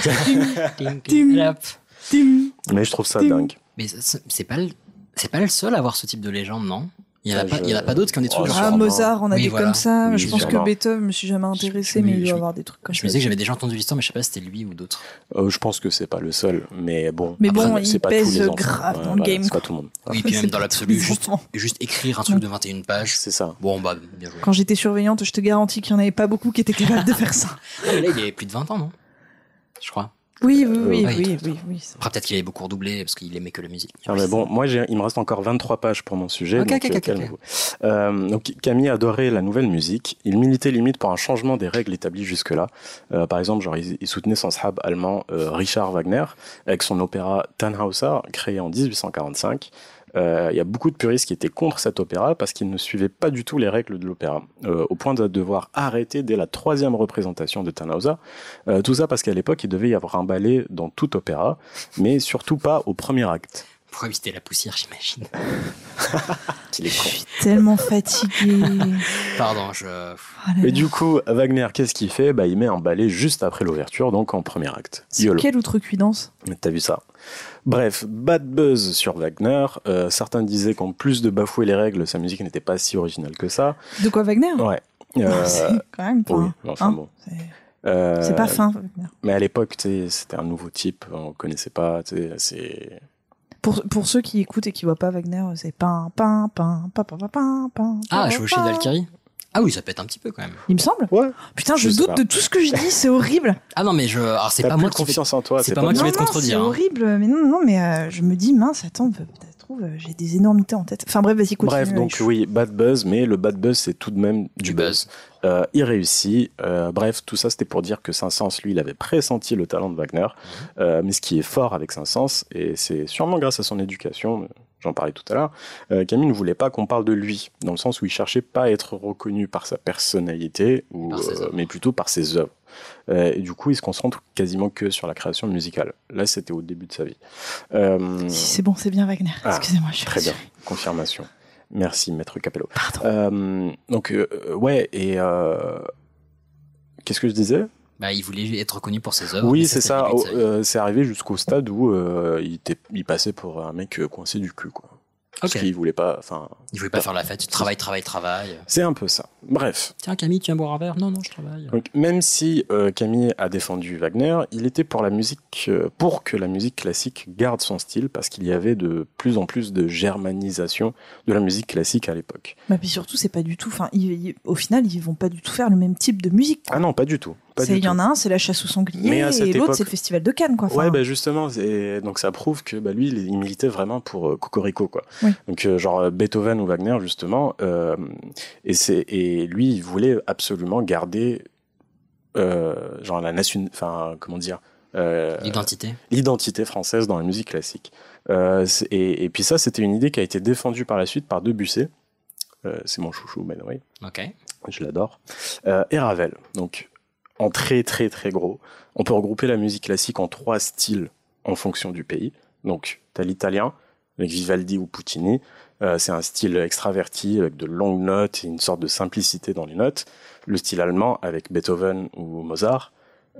Mais je trouve ça dingue. Mais c'est pas le seul à avoir ce type de légende, non ? Il y en a pas d'autres qui ont des trucs genre Mozart, on a des comme ça. Oui, je pense que Beethoven, je me suis jamais intéressé, mais il doit avoir des trucs comme ça. Je me disais que j'avais déjà entendu l'histoire, mais je sais pas si c'était lui ou d'autres. Je pense que c'est pas le seul, mais bon. Mais après, bon, il pèse grave dans le game. C'est pas tout le monde. Oui, puis même dans l'absolu, juste écrire un truc de 21 pages. C'est ça. Bon, bah, bien joué. Quand j'étais surveillante, je te garantis qu'il y en avait pas beaucoup qui étaient capables de faire ça. Ah, mais là, il avait plus de 20 ans, non ? Je crois. Oui. Après, peut-être qu'il avait beaucoup redoublé parce qu'il aimait que la musique. Ah mais bon, moi, il me reste encore 23 pages pour mon sujet. Ok. Donc, Camille adorait la nouvelle musique. Il militait limite pour un changement des règles établies jusque-là. Par exemple, genre, il soutenait son sahab allemand Richard Wagner avec son opéra Tannhäuser, créé en 1845. Il y a beaucoup de puristes qui étaient contre cet opéra parce qu'il ne suivait pas du tout les règles de l'opéra, au point de devoir arrêter dès la 3e représentation de Tannhäuser. Tout ça parce qu'à l'époque, il devait y avoir un ballet dans tout opéra, mais surtout pas au premier acte. Pour éviter la poussière, j'imagine. Qu'il est con. Je suis tellement fatiguée. Pardon, Et du coup, Wagner, qu'est-ce qu'il fait ? Il met un ballet juste après l'ouverture, donc en premier acte. Quelle outrecuidance. T'as vu ça ? Bref, bad buzz sur Wagner. Certains disaient qu'en plus de bafouer les règles, sa musique n'était pas si originale que ça. De quoi, Wagner ? Ouais. C'est quand même pas... Oui, enfin bon. C'est pas fin, Wagner. Mais à l'époque, c'était un nouveau type, on connaissait pas, c'est... Pour ceux qui écoutent et qui voient pas Wagner, c'est pain. Ah, Chevauché de Valkyrie. Ah oui, ça pète un petit peu quand même. Il me semble. Ouais. Putain, je doute de tout ce que je dis, c'est horrible. Ah non, mais alors c'est T'as pas moi plus confiance en toi. C'est pas moi qui vais te contredire. C'est horrible, mais non, mais je me dis mince, attends, peut-être j'ai des énormités en tête. Enfin bref, vas-y, continue. Bref, donc oui, bad buzz, mais le bad buzz, c'est tout de même du buzz. Il réussit. Bref, tout ça, c'était pour dire que Saint-Saëns, lui, il avait pressenti le talent de Wagner. Mais ce qui est fort avec Saint-Saëns, et c'est sûrement grâce à son éducation, j'en parlais tout à l'heure, Camille ne voulait pas qu'on parle de lui, dans le sens où il cherchait pas à être reconnu par sa personnalité, mais plutôt par ses œuvres. Et du coup, il se concentre quasiment que sur la création musicale. Là, c'était au début de sa vie. Si c'est bon, c'est bien Wagner. Excusez-moi, je suis très bien. Confirmation. Merci, maître Capello. Pardon. Qu'est-ce que je disais ? Il voulait être reconnu pour ses œuvres. Oui, c'est ça. C'est arrivé jusqu'au stade où il passait pour un mec coincé du cul, quoi. Parce qu'il voulait pas, il voulait pas faire la fête, travail. C'est un peu ça. Bref. Tiens, Camille, tu viens boire un verre? Non, je travaille. Donc, même si Camille a défendu Wagner, il était pour la musique, pour que la musique classique garde son style, parce qu'il y avait de plus en plus de germanisation de la musique classique à l'époque. Bah, puis surtout, c'est pas du tout, au final, ils vont pas du tout faire le même type de musique, quoi. Ah non, pas du tout. Il y en a un, c'est la chasse au sanglier, et l'autre, c'est le festival de Cannes, quoi. Ouais, justement, donc ça prouve que lui, il militait vraiment pour Cocorico, quoi. Oui. Donc genre Beethoven ou Wagner, justement, et lui, il voulait absolument garder genre la nation, comment dire, l'identité française dans la musique classique. Et puis ça, c'était une idée qui a été défendue par la suite par Debussy. C'est mon chouchou, by the way. Ok. Je l'adore. Et Ravel. Donc en très très très gros, on peut regrouper la musique classique en 3 styles en fonction du pays. Donc, t'as l'italien, avec Vivaldi ou Puccini. C'est un style extraverti, avec de longues notes et une sorte de simplicité dans les notes. Le style allemand, avec Beethoven ou Mozart. Et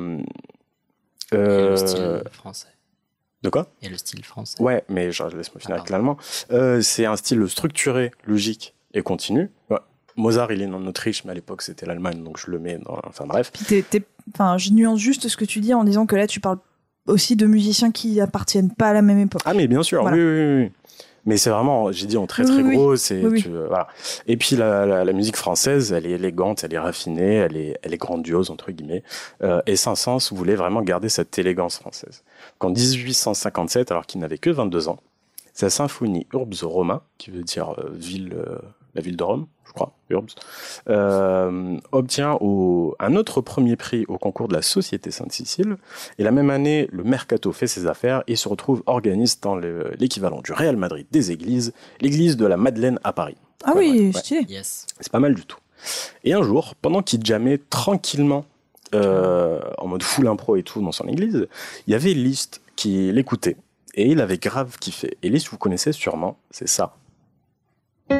le style français. De quoi? Et le style français. Ouais, mais laisse-moi finir avec l'allemand. C'est un style structuré, logique et continu. Ouais. Mozart, il est en Autriche, mais à l'époque, c'était l'Allemagne, donc je le mets dans... Enfin, bref. Puis je nuance juste ce que tu dis en disant que là, tu parles aussi de musiciens qui appartiennent pas à la même époque. Ah, mais bien sûr, voilà. Oui. Mais c'est vraiment, j'ai dit en très très gros, voilà. Et puis la musique française, elle est élégante, elle est raffinée, elle est grandiose, entre guillemets. Et Saint-Saëns voulait vraiment garder cette élégance française. En 1857, alors qu'il n'avait que 22 ans, sa symphonie Urbs Roma, qui veut dire la ville de Rome, je crois, Urbs, obtient un autre premier prix au concours de la Société Sainte-Cécile. Et la même année, le Mercato fait ses affaires et se retrouve organiste dans l'équivalent du Real Madrid des églises, l'église de la Madeleine à Paris. Ah oui, stylé. Yes. C'est pas mal du tout. Et un jour, pendant qu'il jammait tranquillement, en mode full impro et tout dans son église, il y avait Liszt qui l'écoutait. Et il avait grave kiffé. Et Liszt, vous connaissez sûrement, c'est ça. Ça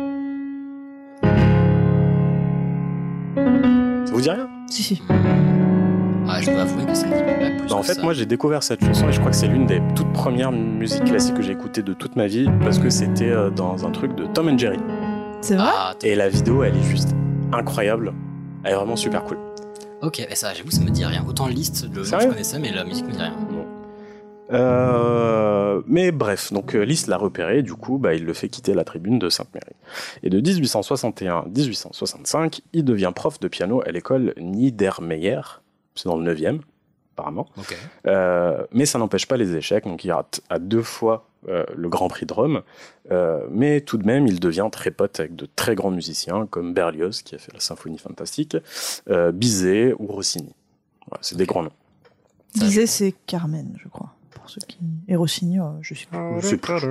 vous dit rien? Si. Ah, je dois avouer que ça me dit pas plus. En fait, moi, j'ai découvert cette chanson et je crois que c'est l'une des toutes premières musiques classiques que j'ai écoutées de toute ma vie parce que c'était dans un truc de Tom and Jerry. C'est vrai? Et la vidéo, elle est juste incroyable. Elle est vraiment super cool. Ok, et ça, j'avoue, ça me dit rien. Autant Liszt, le nom je connaissais, mais la musique me dit rien. Non. Mais bref, donc Liszt l'a repéré, du coup, il le fait quitter la tribune de Sainte-Méry. Et de 1861 à 1865, il devient prof de piano à l'école Niedermeyer, c'est dans le 9e, apparemment. Okay. Mais ça n'empêche pas les échecs, donc il rate à 2 fois le Grand Prix de Rome, mais tout de même, il devient très pote avec de très grands musiciens, comme Berlioz, qui a fait la Symphonie Fantastique, Bizet ou Rossini. Voilà, c'est des grands noms. Bizet, c'est Carmen, je crois. Et Rossini, je sais plus.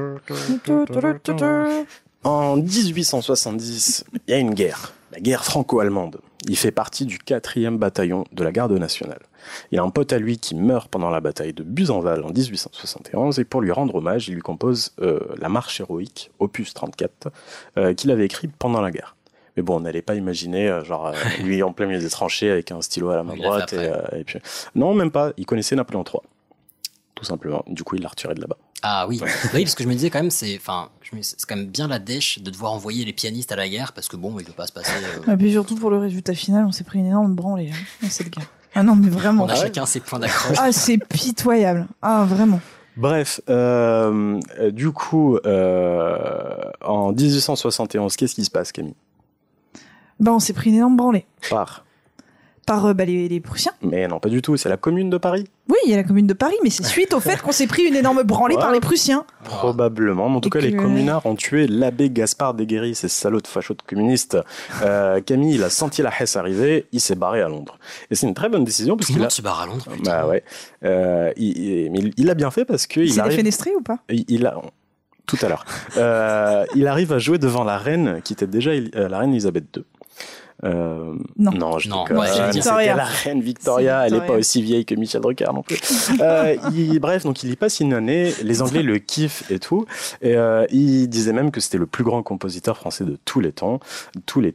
En 1870, il y a une guerre, la guerre franco-allemande. Il fait partie du 4e bataillon de la garde nationale. Il a un pote à lui qui meurt pendant la bataille de Buzenval en 1871 et pour lui rendre hommage, il lui compose la marche héroïque, opus 34, qu'il avait écrit pendant la guerre. Mais bon, on n'allait pas imaginer, lui en plein milieu des tranchées avec un stylo à la main droite. Et puis... Non, même pas, il connaissait Napoléon III. Tout simplement. Du coup, il l'a retiré de là-bas. Ah oui. Oui, parce que je me disais quand même, c'est quand même bien la dèche de devoir envoyer les pianistes à la guerre parce que bon, il ne peut pas se passer. Et puis surtout pour le résultat final, on s'est pris une énorme branlée. C'est le gars. Ah non, mais vraiment. On a chacun ses points d'accroche. Ah, c'est pitoyable. Ah, vraiment. Bref, du coup, en 1871, qu'est-ce qui se passe, Camille? On s'est pris une énorme branlée. Par les Prussiens. Mais non, pas du tout, c'est la Commune de Paris. Oui, il y a la Commune de Paris, mais c'est suite au fait qu'on s'est pris une énorme branlée par les Prussiens. Probablement, mais en tout cas, les communards ont tué l'abbé Gaspard Desguéry, ces salauds de fachos de communistes. Camille, il a senti la Hesse arriver, il s'est barré à Londres. Et c'est une très bonne décision parce qu'il se barre à Londres, putain. Bah ouais. Mais il a bien fait parce que... Il s'est défenestré ou pas? Tout à l'heure. Il arrive à jouer devant la reine, qui était déjà la reine Elisabeth II. Non, je déconne. Ouais, c'était la reine Victoria. Elle n'est pas aussi vieille que Michel Drucker non plus. Bref, donc il y passe une année. Les Anglais le kiffent et tout. Et il disait même que c'était le plus grand compositeur français de tous les temps.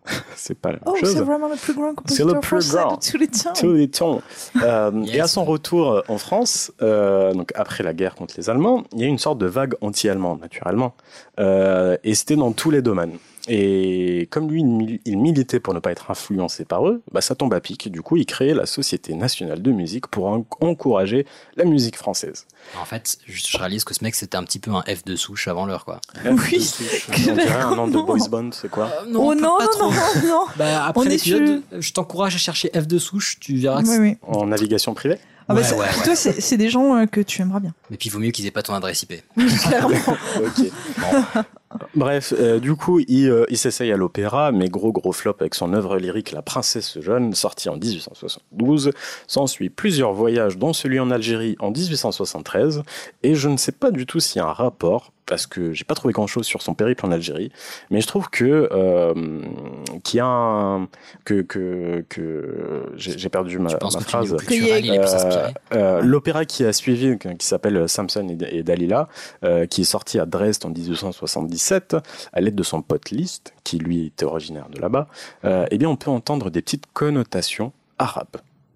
C'est pas la même Oh, chose. c'est vraiment le plus grand C'est compositeur le plus français grand. de tous les temps. Tous les temps. Yes. Et à son retour en France, donc après la guerre contre les Allemands, il y a eu une sorte de vague anti-allemande, naturellement. Et c'était dans tous les domaines. Et comme lui, il militait pour ne pas être influencé par eux, bah ça tombe à pic. Du coup, il créait la Société nationale de musique pour encourager la musique française. En fait, je réalise que ce mec, c'était un petit peu un F de souche avant l'heure, quoi. Oui. On dirait un nom de boys band, c'est quoi? Oh non, pas trop. non. Bah, après On est l'épisode, je t'encourage à chercher F de souche, tu verras que Oui, oui. En navigation privée? Ah bah, Ouais. Toi, c'est des gens que tu aimeras bien. Mais puis il vaut mieux qu'ils aient pas ton adresse IP. Clairement. Ok. Bref, du coup, il s'essaye à l'opéra, mais gros flop avec son œuvre lyrique La Princesse Jeune, sortie en 1872. S'ensuit plusieurs voyages, dont celui en Algérie en 1873, et je ne sais pas du tout s'il y a un rapport, parce que j'ai pas trouvé grand-chose sur son périple en Algérie, mais je trouve que qu'il y a un que j'ai perdu ma phrase. Culturel, il est plus inspiré. L'opéra qui a suivi, qui s'appelle Samson et Dalila, qui est sorti à Dresde en 1877, à l'aide de son pote Liszt, qui lui était originaire de là-bas, eh bien on peut entendre des petites connotations arabes.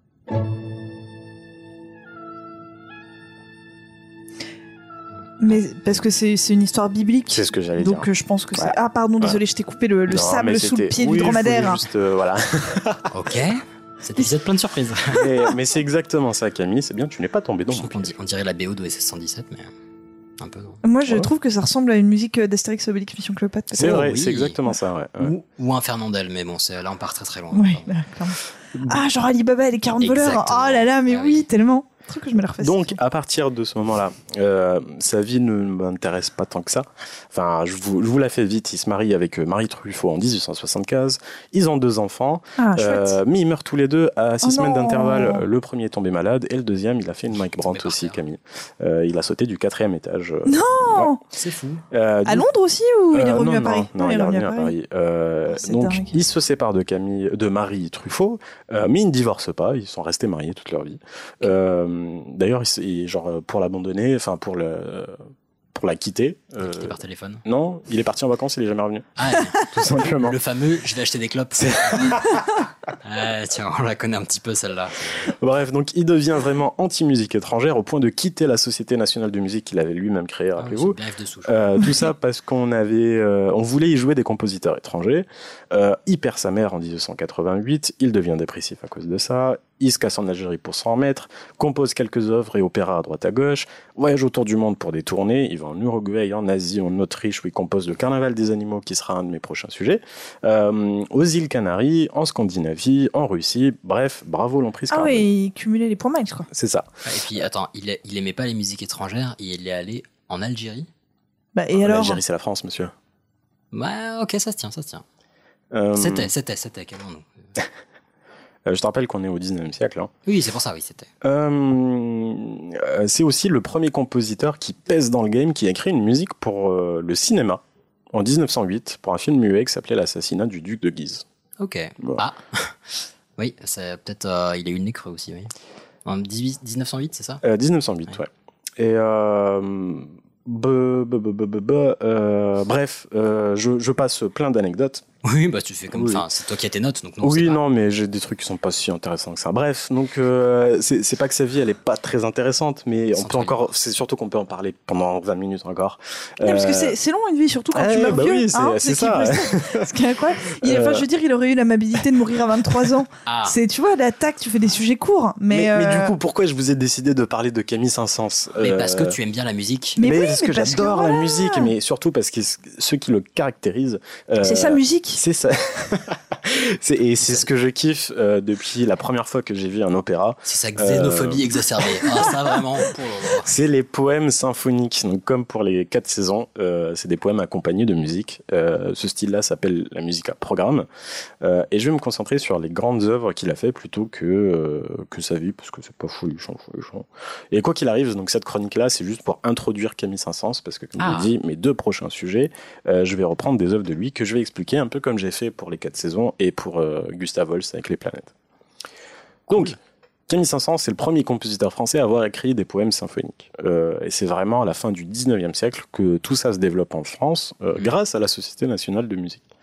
Mais parce que c'est une histoire biblique. C'est ce que j'allais dire. Donc je pense que c'est. Ouais. Ah pardon, désolé, je t'ai coupé le Non, sable mais sous le c'était- pied oui, du dromadaire. je voulais juste, voilà. Ok. Cet épisode plein de surprises. mais c'est exactement ça, Camille. C'est bien, tu n'es pas tombé dans mon piège. On dirait la BO d'OSS 117, mais un peu non. Moi, je Ouais. trouve que ça ressemble à une musique d'Astérix Obélix Mission Cléopâtre. C'est vrai, oui. c'est exactement ça. Ouais. Ou un Fernandel, mais bon, là on part très loin. Oui, là, clairement. Ah, genre Alibaba et les 40 voleurs. Exactement. Oh là là, mais Ah oui, oui. tellement. Un truc que je me la refais. Donc, à partir de ce moment-là, sa vie ne m'intéresse pas tant que ça. Enfin, je vous la fais vite. Il se marie avec Marie Truffaut en 1875. Ils ont 2 enfants. Ah, chouette. Mais ils meurent tous les deux à 6 Oh semaines non. d'intervalle. Le premier est tombé malade et le deuxième, il a fait une Mike Brandt par aussi, terre. Camille. Il a sauté du 4e étage. Non C'est fou. À Londres aussi ou il est revenu non, à Paris Non, il est revenu à Paris. C'est Donc, dingue. il se sépare de Marie Truffaut, mais ils ne divorcent pas. Ils sont restés mariés toute leur vie. D'ailleurs, genre pour l'abandonner, enfin pour la quitter. Quitté par téléphone. Non, il est parti en vacances, il est jamais revenu. Ah, Tout simplement. le fameux je vais acheter des clopes. Tiens, on la connaît un petit peu celle-là. Bref, donc il devient vraiment anti-musique étrangère au point de quitter la Société nationale de musique qu'il avait lui-même créée, rappelez-vous. C'est bien F de souche. Tout ça parce qu'on voulait y jouer des compositeurs étrangers. Il perd sa mère en 1988, il devient dépressif à cause de ça. Il se casse en Algérie pour s'en remettre, compose quelques œuvres et opéras à droite à gauche, voyage autour du monde pour des tournées, il va en Uruguay, en Asie, en Autriche où il compose le Carnaval des animaux qui sera un de mes prochains sujets, aux îles Canaries, en Scandinavie, en Russie, bref, bravo l'emprise. Ah oui, il cumulait les points max, quoi. C'est ça. Et puis attends, il aimait pas les musiques étrangères, il est allé en Algérie. Bah, et alors L'Algérie c'est la France, monsieur. Ouais, ok, ça se tient. Euh, C'était, calmons-nous. Je te rappelle qu'on est au 19e siècle. Hein. Oui, c'est pour ça, oui, c'était. C'est aussi le premier compositeur qui pèse dans le game, qui a écrit une musique pour le cinéma en 1908 pour un film muet qui s'appelait L'assassinat du duc de Guise. Ok. Voilà. Ah oui, c'est peut-être. Il a eu le nez creux aussi, oui. En 1908, c'est ça 1908, ouais. Et bref, je passe plein d'anecdotes. Oui, bah tu fais comme. Oui. Enfin, c'est toi qui as tes notes, donc non. Oui, c'est pas- non, mais j'ai des trucs qui sont pas si intéressants que ça. Bref, donc c'est pas que sa vie elle est pas très intéressante, mais on peut encore. C'est surtout qu'on peut en parler pendant 20 minutes encore. Non, parce que c'est long une vie, surtout quand tu meurs bah vieux. oui, c'est ça. Ce qui est incroyable. Enfin, je veux dire, il aurait eu l'amabilité de mourir à 23 ans. Ah. C'est, tu vois, l'attaque, tu fais des sujets courts, mais du coup, pourquoi je vous ai décidé de parler de Camille Saint-Saëns Mais parce que tu aimes bien la musique. Mais oui, parce que mais parce que j'adore la voilà. musique, mais surtout parce que ce qui le caractérise. c'est sa musique. C'est ça. C'est ce que je kiffe depuis la première fois que j'ai vu un opéra. C'est sa xénophobie exacerbée. Ah, ça vraiment. C'est les poèmes symphoniques. Donc, comme pour les 4 saisons, c'est des poèmes accompagnés de musique. Ce style-là s'appelle la musique à programme. Et je vais me concentrer sur les grandes œuvres qu'il a fait plutôt que sa vie, parce que c'est pas folichon. Et quoi qu'il arrive, donc cette chronique-là, c'est juste pour introduire Camille Saint-Saëns, parce que comme je l'ai dit, mes 2 prochains sujets, je vais reprendre des œuvres de lui que je vais expliquer un peu comme j'ai fait pour les 4 saisons et pour Gustave Holst avec les planètes. Donc, Camille Saint-Saëns, c'est le premier compositeur français à avoir écrit des poèmes symphoniques. Et c'est vraiment à la fin du 19e siècle que tout ça se développe en France, grâce à la Société nationale de musique.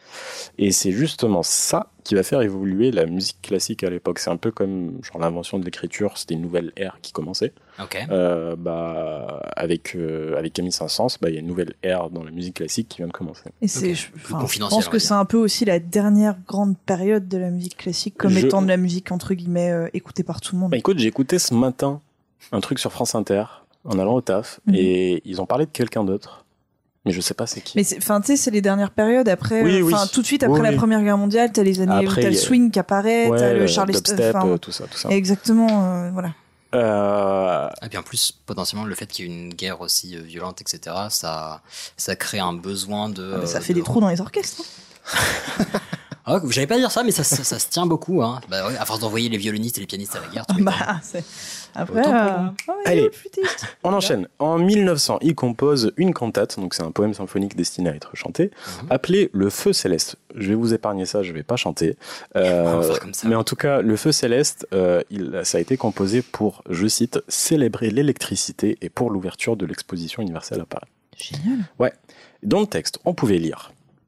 Et c'est justement ça qui va faire évoluer la musique classique à l'époque. C'est un peu comme genre l'invention de l'écriture, c'était une nouvelle ère qui commençait. Ok. Avec Camille Saint-Saëns, il y a une nouvelle ère dans la musique classique qui vient de commencer. Et c'est, Ok. je Confidentiel, pense on va que dire. c'est un peu aussi la dernière grande période de la musique classique, comme étant de la musique entre guillemets écoutée par tout le monde. Bah écoute, j'ai écouté ce matin un truc sur France Inter en allant au taf et ils ont parlé de quelqu'un d'autre. Mais je sais pas c'est qui. Mais tu sais, c'est les dernières périodes. Après, Oui. tout de suite après Oui, la oui. Première Guerre mondiale, t'as les années où Après, t'as le swing qui apparaît, Ouais, t'as le Charleston, dubstep, enfin, tout ça. exactement, voilà. Et puis en plus, potentiellement, le fait qu'il y ait une guerre aussi violente, etc., ça crée un besoin de. Ça fait des trous dans les orchestres. Ah, j'allais pas dire ça, mais ça se tient beaucoup. Hein. Bah ouais, à force d'envoyer les violonistes et les pianistes à la guerre. Tu m'étonnes. Après, Autant pour Allez, on enchaîne. En 1900, il compose une cantate, donc c'est un poème symphonique destiné à être chanté, appelé Le Feu Céleste. Je vais vous épargner ça, je vais pas chanter. va faire comme ça. Mais en tout cas, Le Feu Céleste, ça a été composé pour, je cite, célébrer l'électricité et pour l'ouverture de l'exposition universelle à Paris. Génial. Ouais. Dans le texte, on pouvait lire: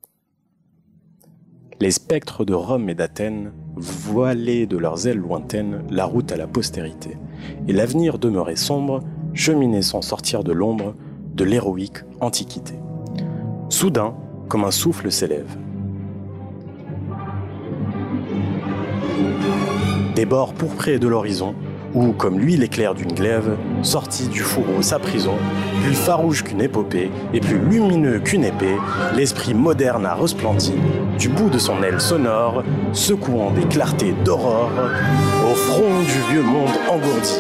les spectres de Rome et d'Athènes voilaient de leurs ailes lointaines la route à la postérité, et l'avenir demeurait sombre, cheminait sans sortir de l'ombre de l'héroïque antiquité. Soudain, comme un souffle s'élève. Des bords pourprés de l'horizon, où, comme lui l'éclair d'une glaive, sorti du fourreau sa prison, plus farouche qu'une épopée et plus lumineux qu'une épée, l'esprit moderne a resplendi, du bout de son aile sonore, secouant des clartés d'aurore, au front du vieux monde engourdi.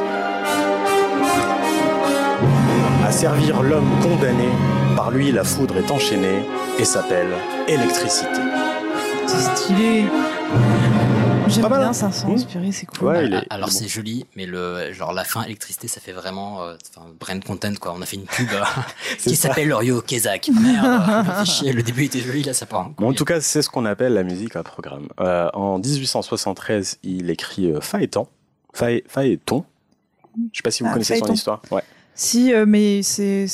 À servir l'homme condamné, par lui la foudre est enchaînée et s'appelle électricité. C'est stylé. J'aime Pas mal, bien hein. ça, c'est inspiré, c'est cool. Ouais, il est- Alors il est c'est joli, mais la fin électricité, ça fait vraiment brain content quoi. On a fait une pub qui ça. s'appelle Lorio Kezak. Merde, fait chier, le début était joli, là ça part. Bon, en tout cas, c'est ce qu'on appelle la musique à programme. En 1873, il écrit Phaéton. Phaéton. Je sais pas si vous connaissez son Phaéton. histoire. Ouais. Si, mais c'est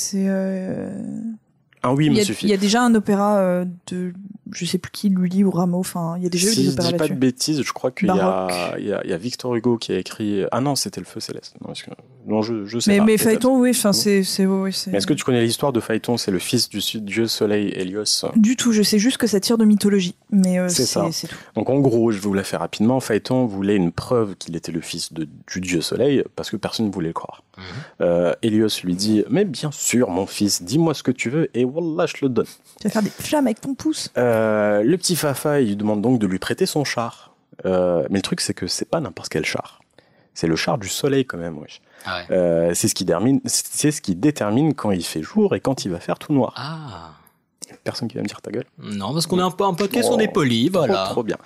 Un oui il me y a- suffit. il y a déjà un opéra de je sais plus qui, Lully ou Rameau, enfin, il y a déjà eu Si des je opéras dis pas de là-dessus. bêtises, je crois qu'il y Baroque. il y a Victor Hugo qui a écrit. Ah non, c'était Le Feu Céleste. Non, je sais Mais, pas. mais peut-être. Phaéton, oui, enfin, c'est. Mais est-ce que tu connais l'histoire de Phaéton? C'est le fils du dieu soleil Hélios. Du tout, je sais juste que ça tire de mythologie. Mais C'est ça. c'est tout. Donc en gros, je vais vous la faire rapidement. Phaéton voulait une preuve qu'il était le fils du dieu soleil parce que personne ne voulait le croire. Hélios lui dit: mais bien sûr, mon fils, dis-moi ce que tu veux et wallah, je le donne. Tu vas faire des flammes avec ton pouce. Le petit Fafa, il lui demande donc de lui prêter son char. Mais le truc, c'est que c'est pas n'importe quel char. C'est le char du soleil quand même, wesh. Ah ouais. C'est ce qui détermine quand il fait jour et quand il va faire tout noir. Ah. Personne qui va me dire ta gueule. Non, parce qu'on est un peu un podcast, Oh, on est poli, voilà. Trop bien.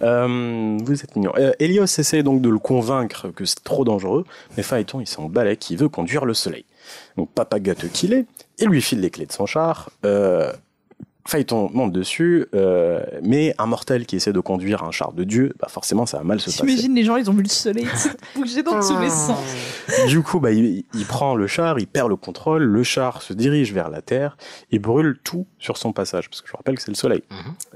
Vous êtes mignon. Hélios essaie donc de le convaincre que c'est trop dangereux, mais Phaéton, il s'en balèque, qui veut conduire le soleil. Donc papa gâteux qu'il est, il lui file les clés de son char. Phaéton monte dessus, mais un mortel qui essaie de conduire un char de dieu, bah forcément ça va mal se passer. T'imagines, les gens, ils ont vu le soleil bouger dans tous les sens. Du coup, bah, il prend le char, il perd le contrôle, le char se dirige vers la Terre, il brûle tout sur son passage, parce que je vous rappelle que c'est le Soleil.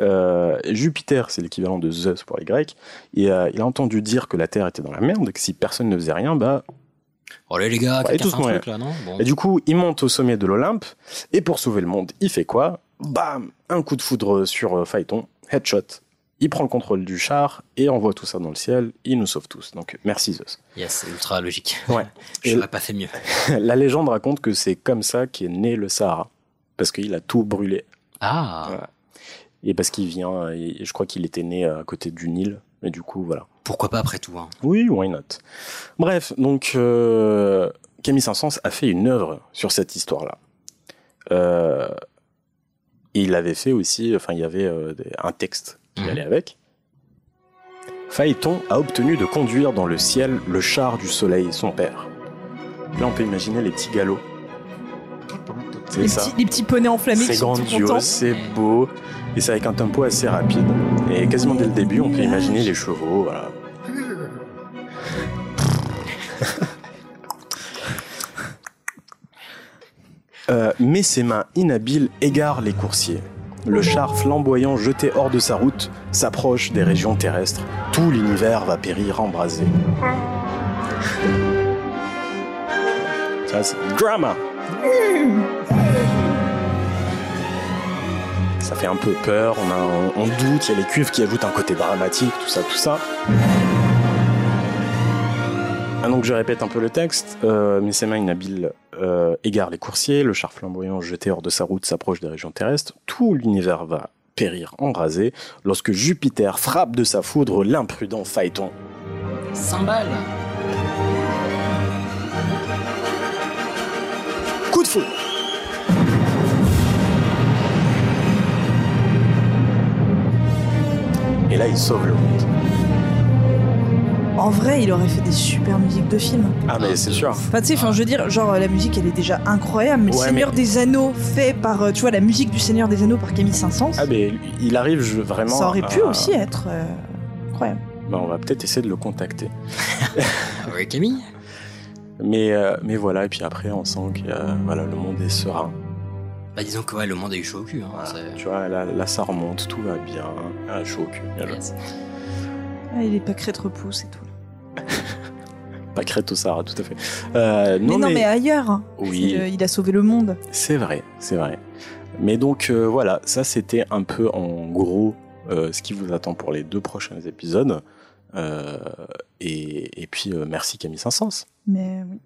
Jupiter, c'est l'équivalent de Zeus pour les Grecs, et il a entendu dire que la Terre était dans la merde, et que si personne ne faisait rien, bah... Oh là les gars, Ouais, quelqu'un tous fait un mourir. truc là, non bon. Et du coup, il monte au sommet de l'Olympe, et pour sauver le monde, il fait quoi? Bam! Un coup de foudre sur Phaéton, headshot. Il prend le contrôle du char, et envoie tout ça dans le ciel, il nous sauve tous. Donc, merci Zeus. Yes, c'est ultra logique. Ouais. Je Et- n'aurais pas fait mieux. La légende raconte que c'est comme ça qu'est né le Sahara, parce qu'il a tout brûlé. Ah. Voilà. Et parce qu'il vient, et je crois qu'il était né à côté du Nil, et du coup, voilà. Pourquoi pas après tout, hein. Oui, why not? Bref, donc, Camille Saint-Saëns a fait une œuvre sur cette histoire-là. Et il avait fait aussi, enfin, il y avait un texte qui allait avec. Phaéton a obtenu de conduire dans le ciel le char du soleil, son père. Là, on peut imaginer les petits galops. C'est ça. Les petits poneys enflammés qui C'est sont tout grandiose, contents. c'est beau, et c'est avec un tempo assez rapide. Et quasiment dès le début, on peut imaginer les chevaux, voilà. Mais ses mains inhabiles égarent les coursiers. le char flamboyant jeté hors de sa route s'approche des régions terrestres. Tout l'univers va périr embrasé. Ça, c'est drama. Ça fait un peu peur, on doute, il y a les cuivres qui ajoutent un côté dramatique, tout ça. Ah, donc je répète un peu le texte. Messema Nabil égare les coursiers, le char flamboyant jeté hors de sa route s'approche des régions terrestres, tout l'univers va périr embrasé lorsque Jupiter frappe de sa foudre l'imprudent Phaéton. Cymbale. Coup de foudre. Et là, il sauve le monde. En vrai, il aurait fait des super musiques de films. Ah, mais c'est sûr. Enfin, tu sais, je veux dire, genre, la musique, elle est déjà incroyable, mais Ouais, Seigneur des Anneaux, fait par, tu vois, la musique du Seigneur des Anneaux par Camille Saint-Saëns, Ah, mais il arrive vraiment. ça aurait pu aussi être incroyable. Bah, on va peut-être essayer de le contacter. Ah ouais, Camille. Mais voilà, et puis après, on sent que voilà, le monde est serein. Bah disons que ouais, le monde a eu chaud au cul. Hein, Voilà, c'est- tu vois, là, ça remonte, tout va bien. Ah, chaud au cul. Bien joué. Yes. Ah, il est pas crête repousse et tout. Pas crête au Sahara, tout à fait. Non, mais ailleurs. Hein. Oui. Il a sauvé le monde. C'est vrai. Mais donc voilà, ça c'était un peu en gros ce qui vous attend pour les 2 prochains épisodes. Et puis merci Camille Saint-Saëns. Mais oui.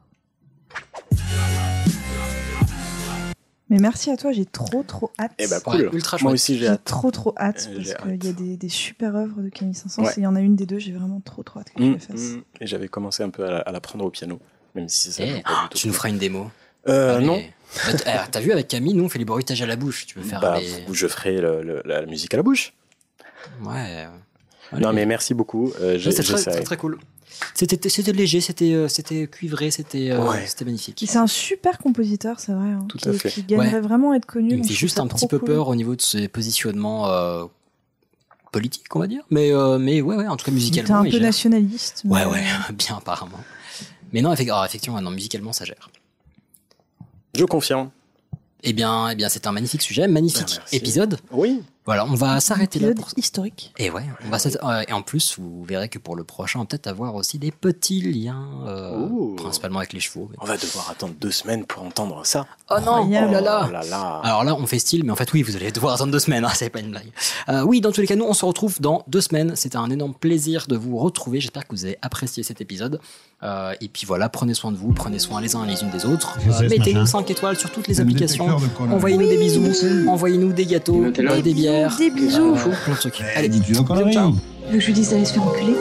Mais merci à toi, j'ai trop hâte. Eh ben cool. Ouais, ultra Moi chouette. aussi j'ai J'ai hâte. trop hâte J'ai parce qu'il y a des super œuvres de Camille Saint-Saëns Ouais. et il y en a une des deux, j'ai vraiment trop hâte que tu la fasses. Et j'avais commencé un peu à l'apprendre au piano, même si ça joue Eh, pas du tout. tu nous feras une démo. Allez. Non. Bah, t'as vu avec Camille, nous on fait les bruitages à la bouche. Tu peux faire Bah, les. je ferai la musique à la bouche. Ouais. Non mais merci beaucoup. Ouais, c'est J'essaierai. très cool. C'était léger, c'était cuivré, c'était Ouais. magnifique. Et c'est un super compositeur, c'est vrai, hein, Tout à fait. qui gagnerait vraiment à être connu. Il me donc fait je juste trouve un ça petit trop peu cool. peur au niveau de ses positionnements politiques, on va dire. Mais ouais, en tout cas Il était musicalement. un il peu gère. nationaliste. mais- Ouais, bien apparemment. Mais non, effectivement, non, musicalement ça gère. Je confirme. Eh bien, c'est un magnifique sujet, magnifique Merci. épisode. Oui. Voilà, on va s'arrêter là. Épisode historique. Et ouais, et en plus, vous verrez que pour le prochain, on va peut-être avoir aussi des petits liens, Ouh. principalement avec les chevaux. On va devoir attendre 2 semaines pour entendre ça. Oh non, Incroyable. oh là là. Oh là là. Alors là, on fait style, mais en fait, oui, vous allez devoir attendre 2 semaines, hein, c'est pas une blague. Oui, dans tous les cas, nous, on se retrouve dans 2 semaines. C'était un énorme plaisir de vous retrouver. J'espère que vous avez apprécié cet épisode. Et puis voilà, prenez soin de vous, prenez soin les uns et les unes des autres. Mettez-nous 5 étoiles sur toutes les applications. Envoyez-nous des bisous, envoyez-nous des gâteaux, Maintenant, des bières, Des bisous. plein de trucs. Allez, dis-tu encore la ciao. Tu veux que je lui dise d'aller se faire enculer?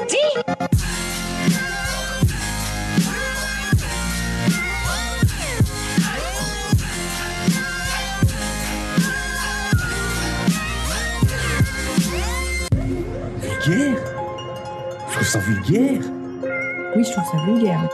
Vulgaire? Je trouve ça vulgaire. Oui, je trouve ça vulgaire.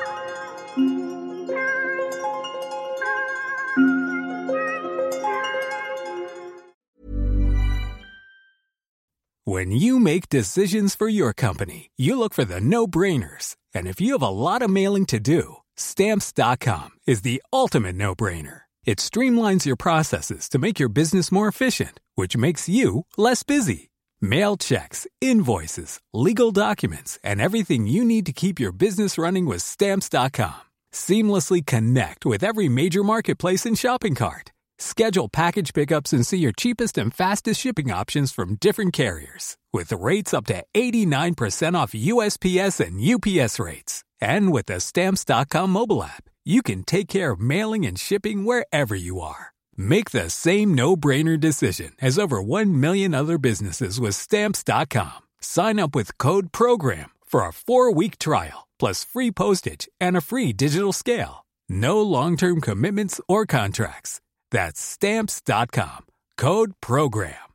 When you make decisions for your company, you look for the no-brainers. And if you have a lot of mailing to do, Stamps.com is the ultimate no-brainer. It streamlines your processes to make your business more efficient, which makes you less busy. Mail checks, invoices, legal documents, and everything you need to keep your business running with Stamps.com. Seamlessly connect with every major marketplace and shopping cart. Schedule package pickups and see your cheapest and fastest shipping options from different carriers. With rates up to 89% off USPS and UPS rates. And with the Stamps.com mobile app, you can take care of mailing and shipping wherever you are. Make the same no-brainer decision as over 1 million other businesses with Stamps.com. Sign up with code PROGRAM for a 4-week trial, plus free postage and a free digital scale. No long-term commitments or contracts. That's Stamps.com. Code PROGRAM.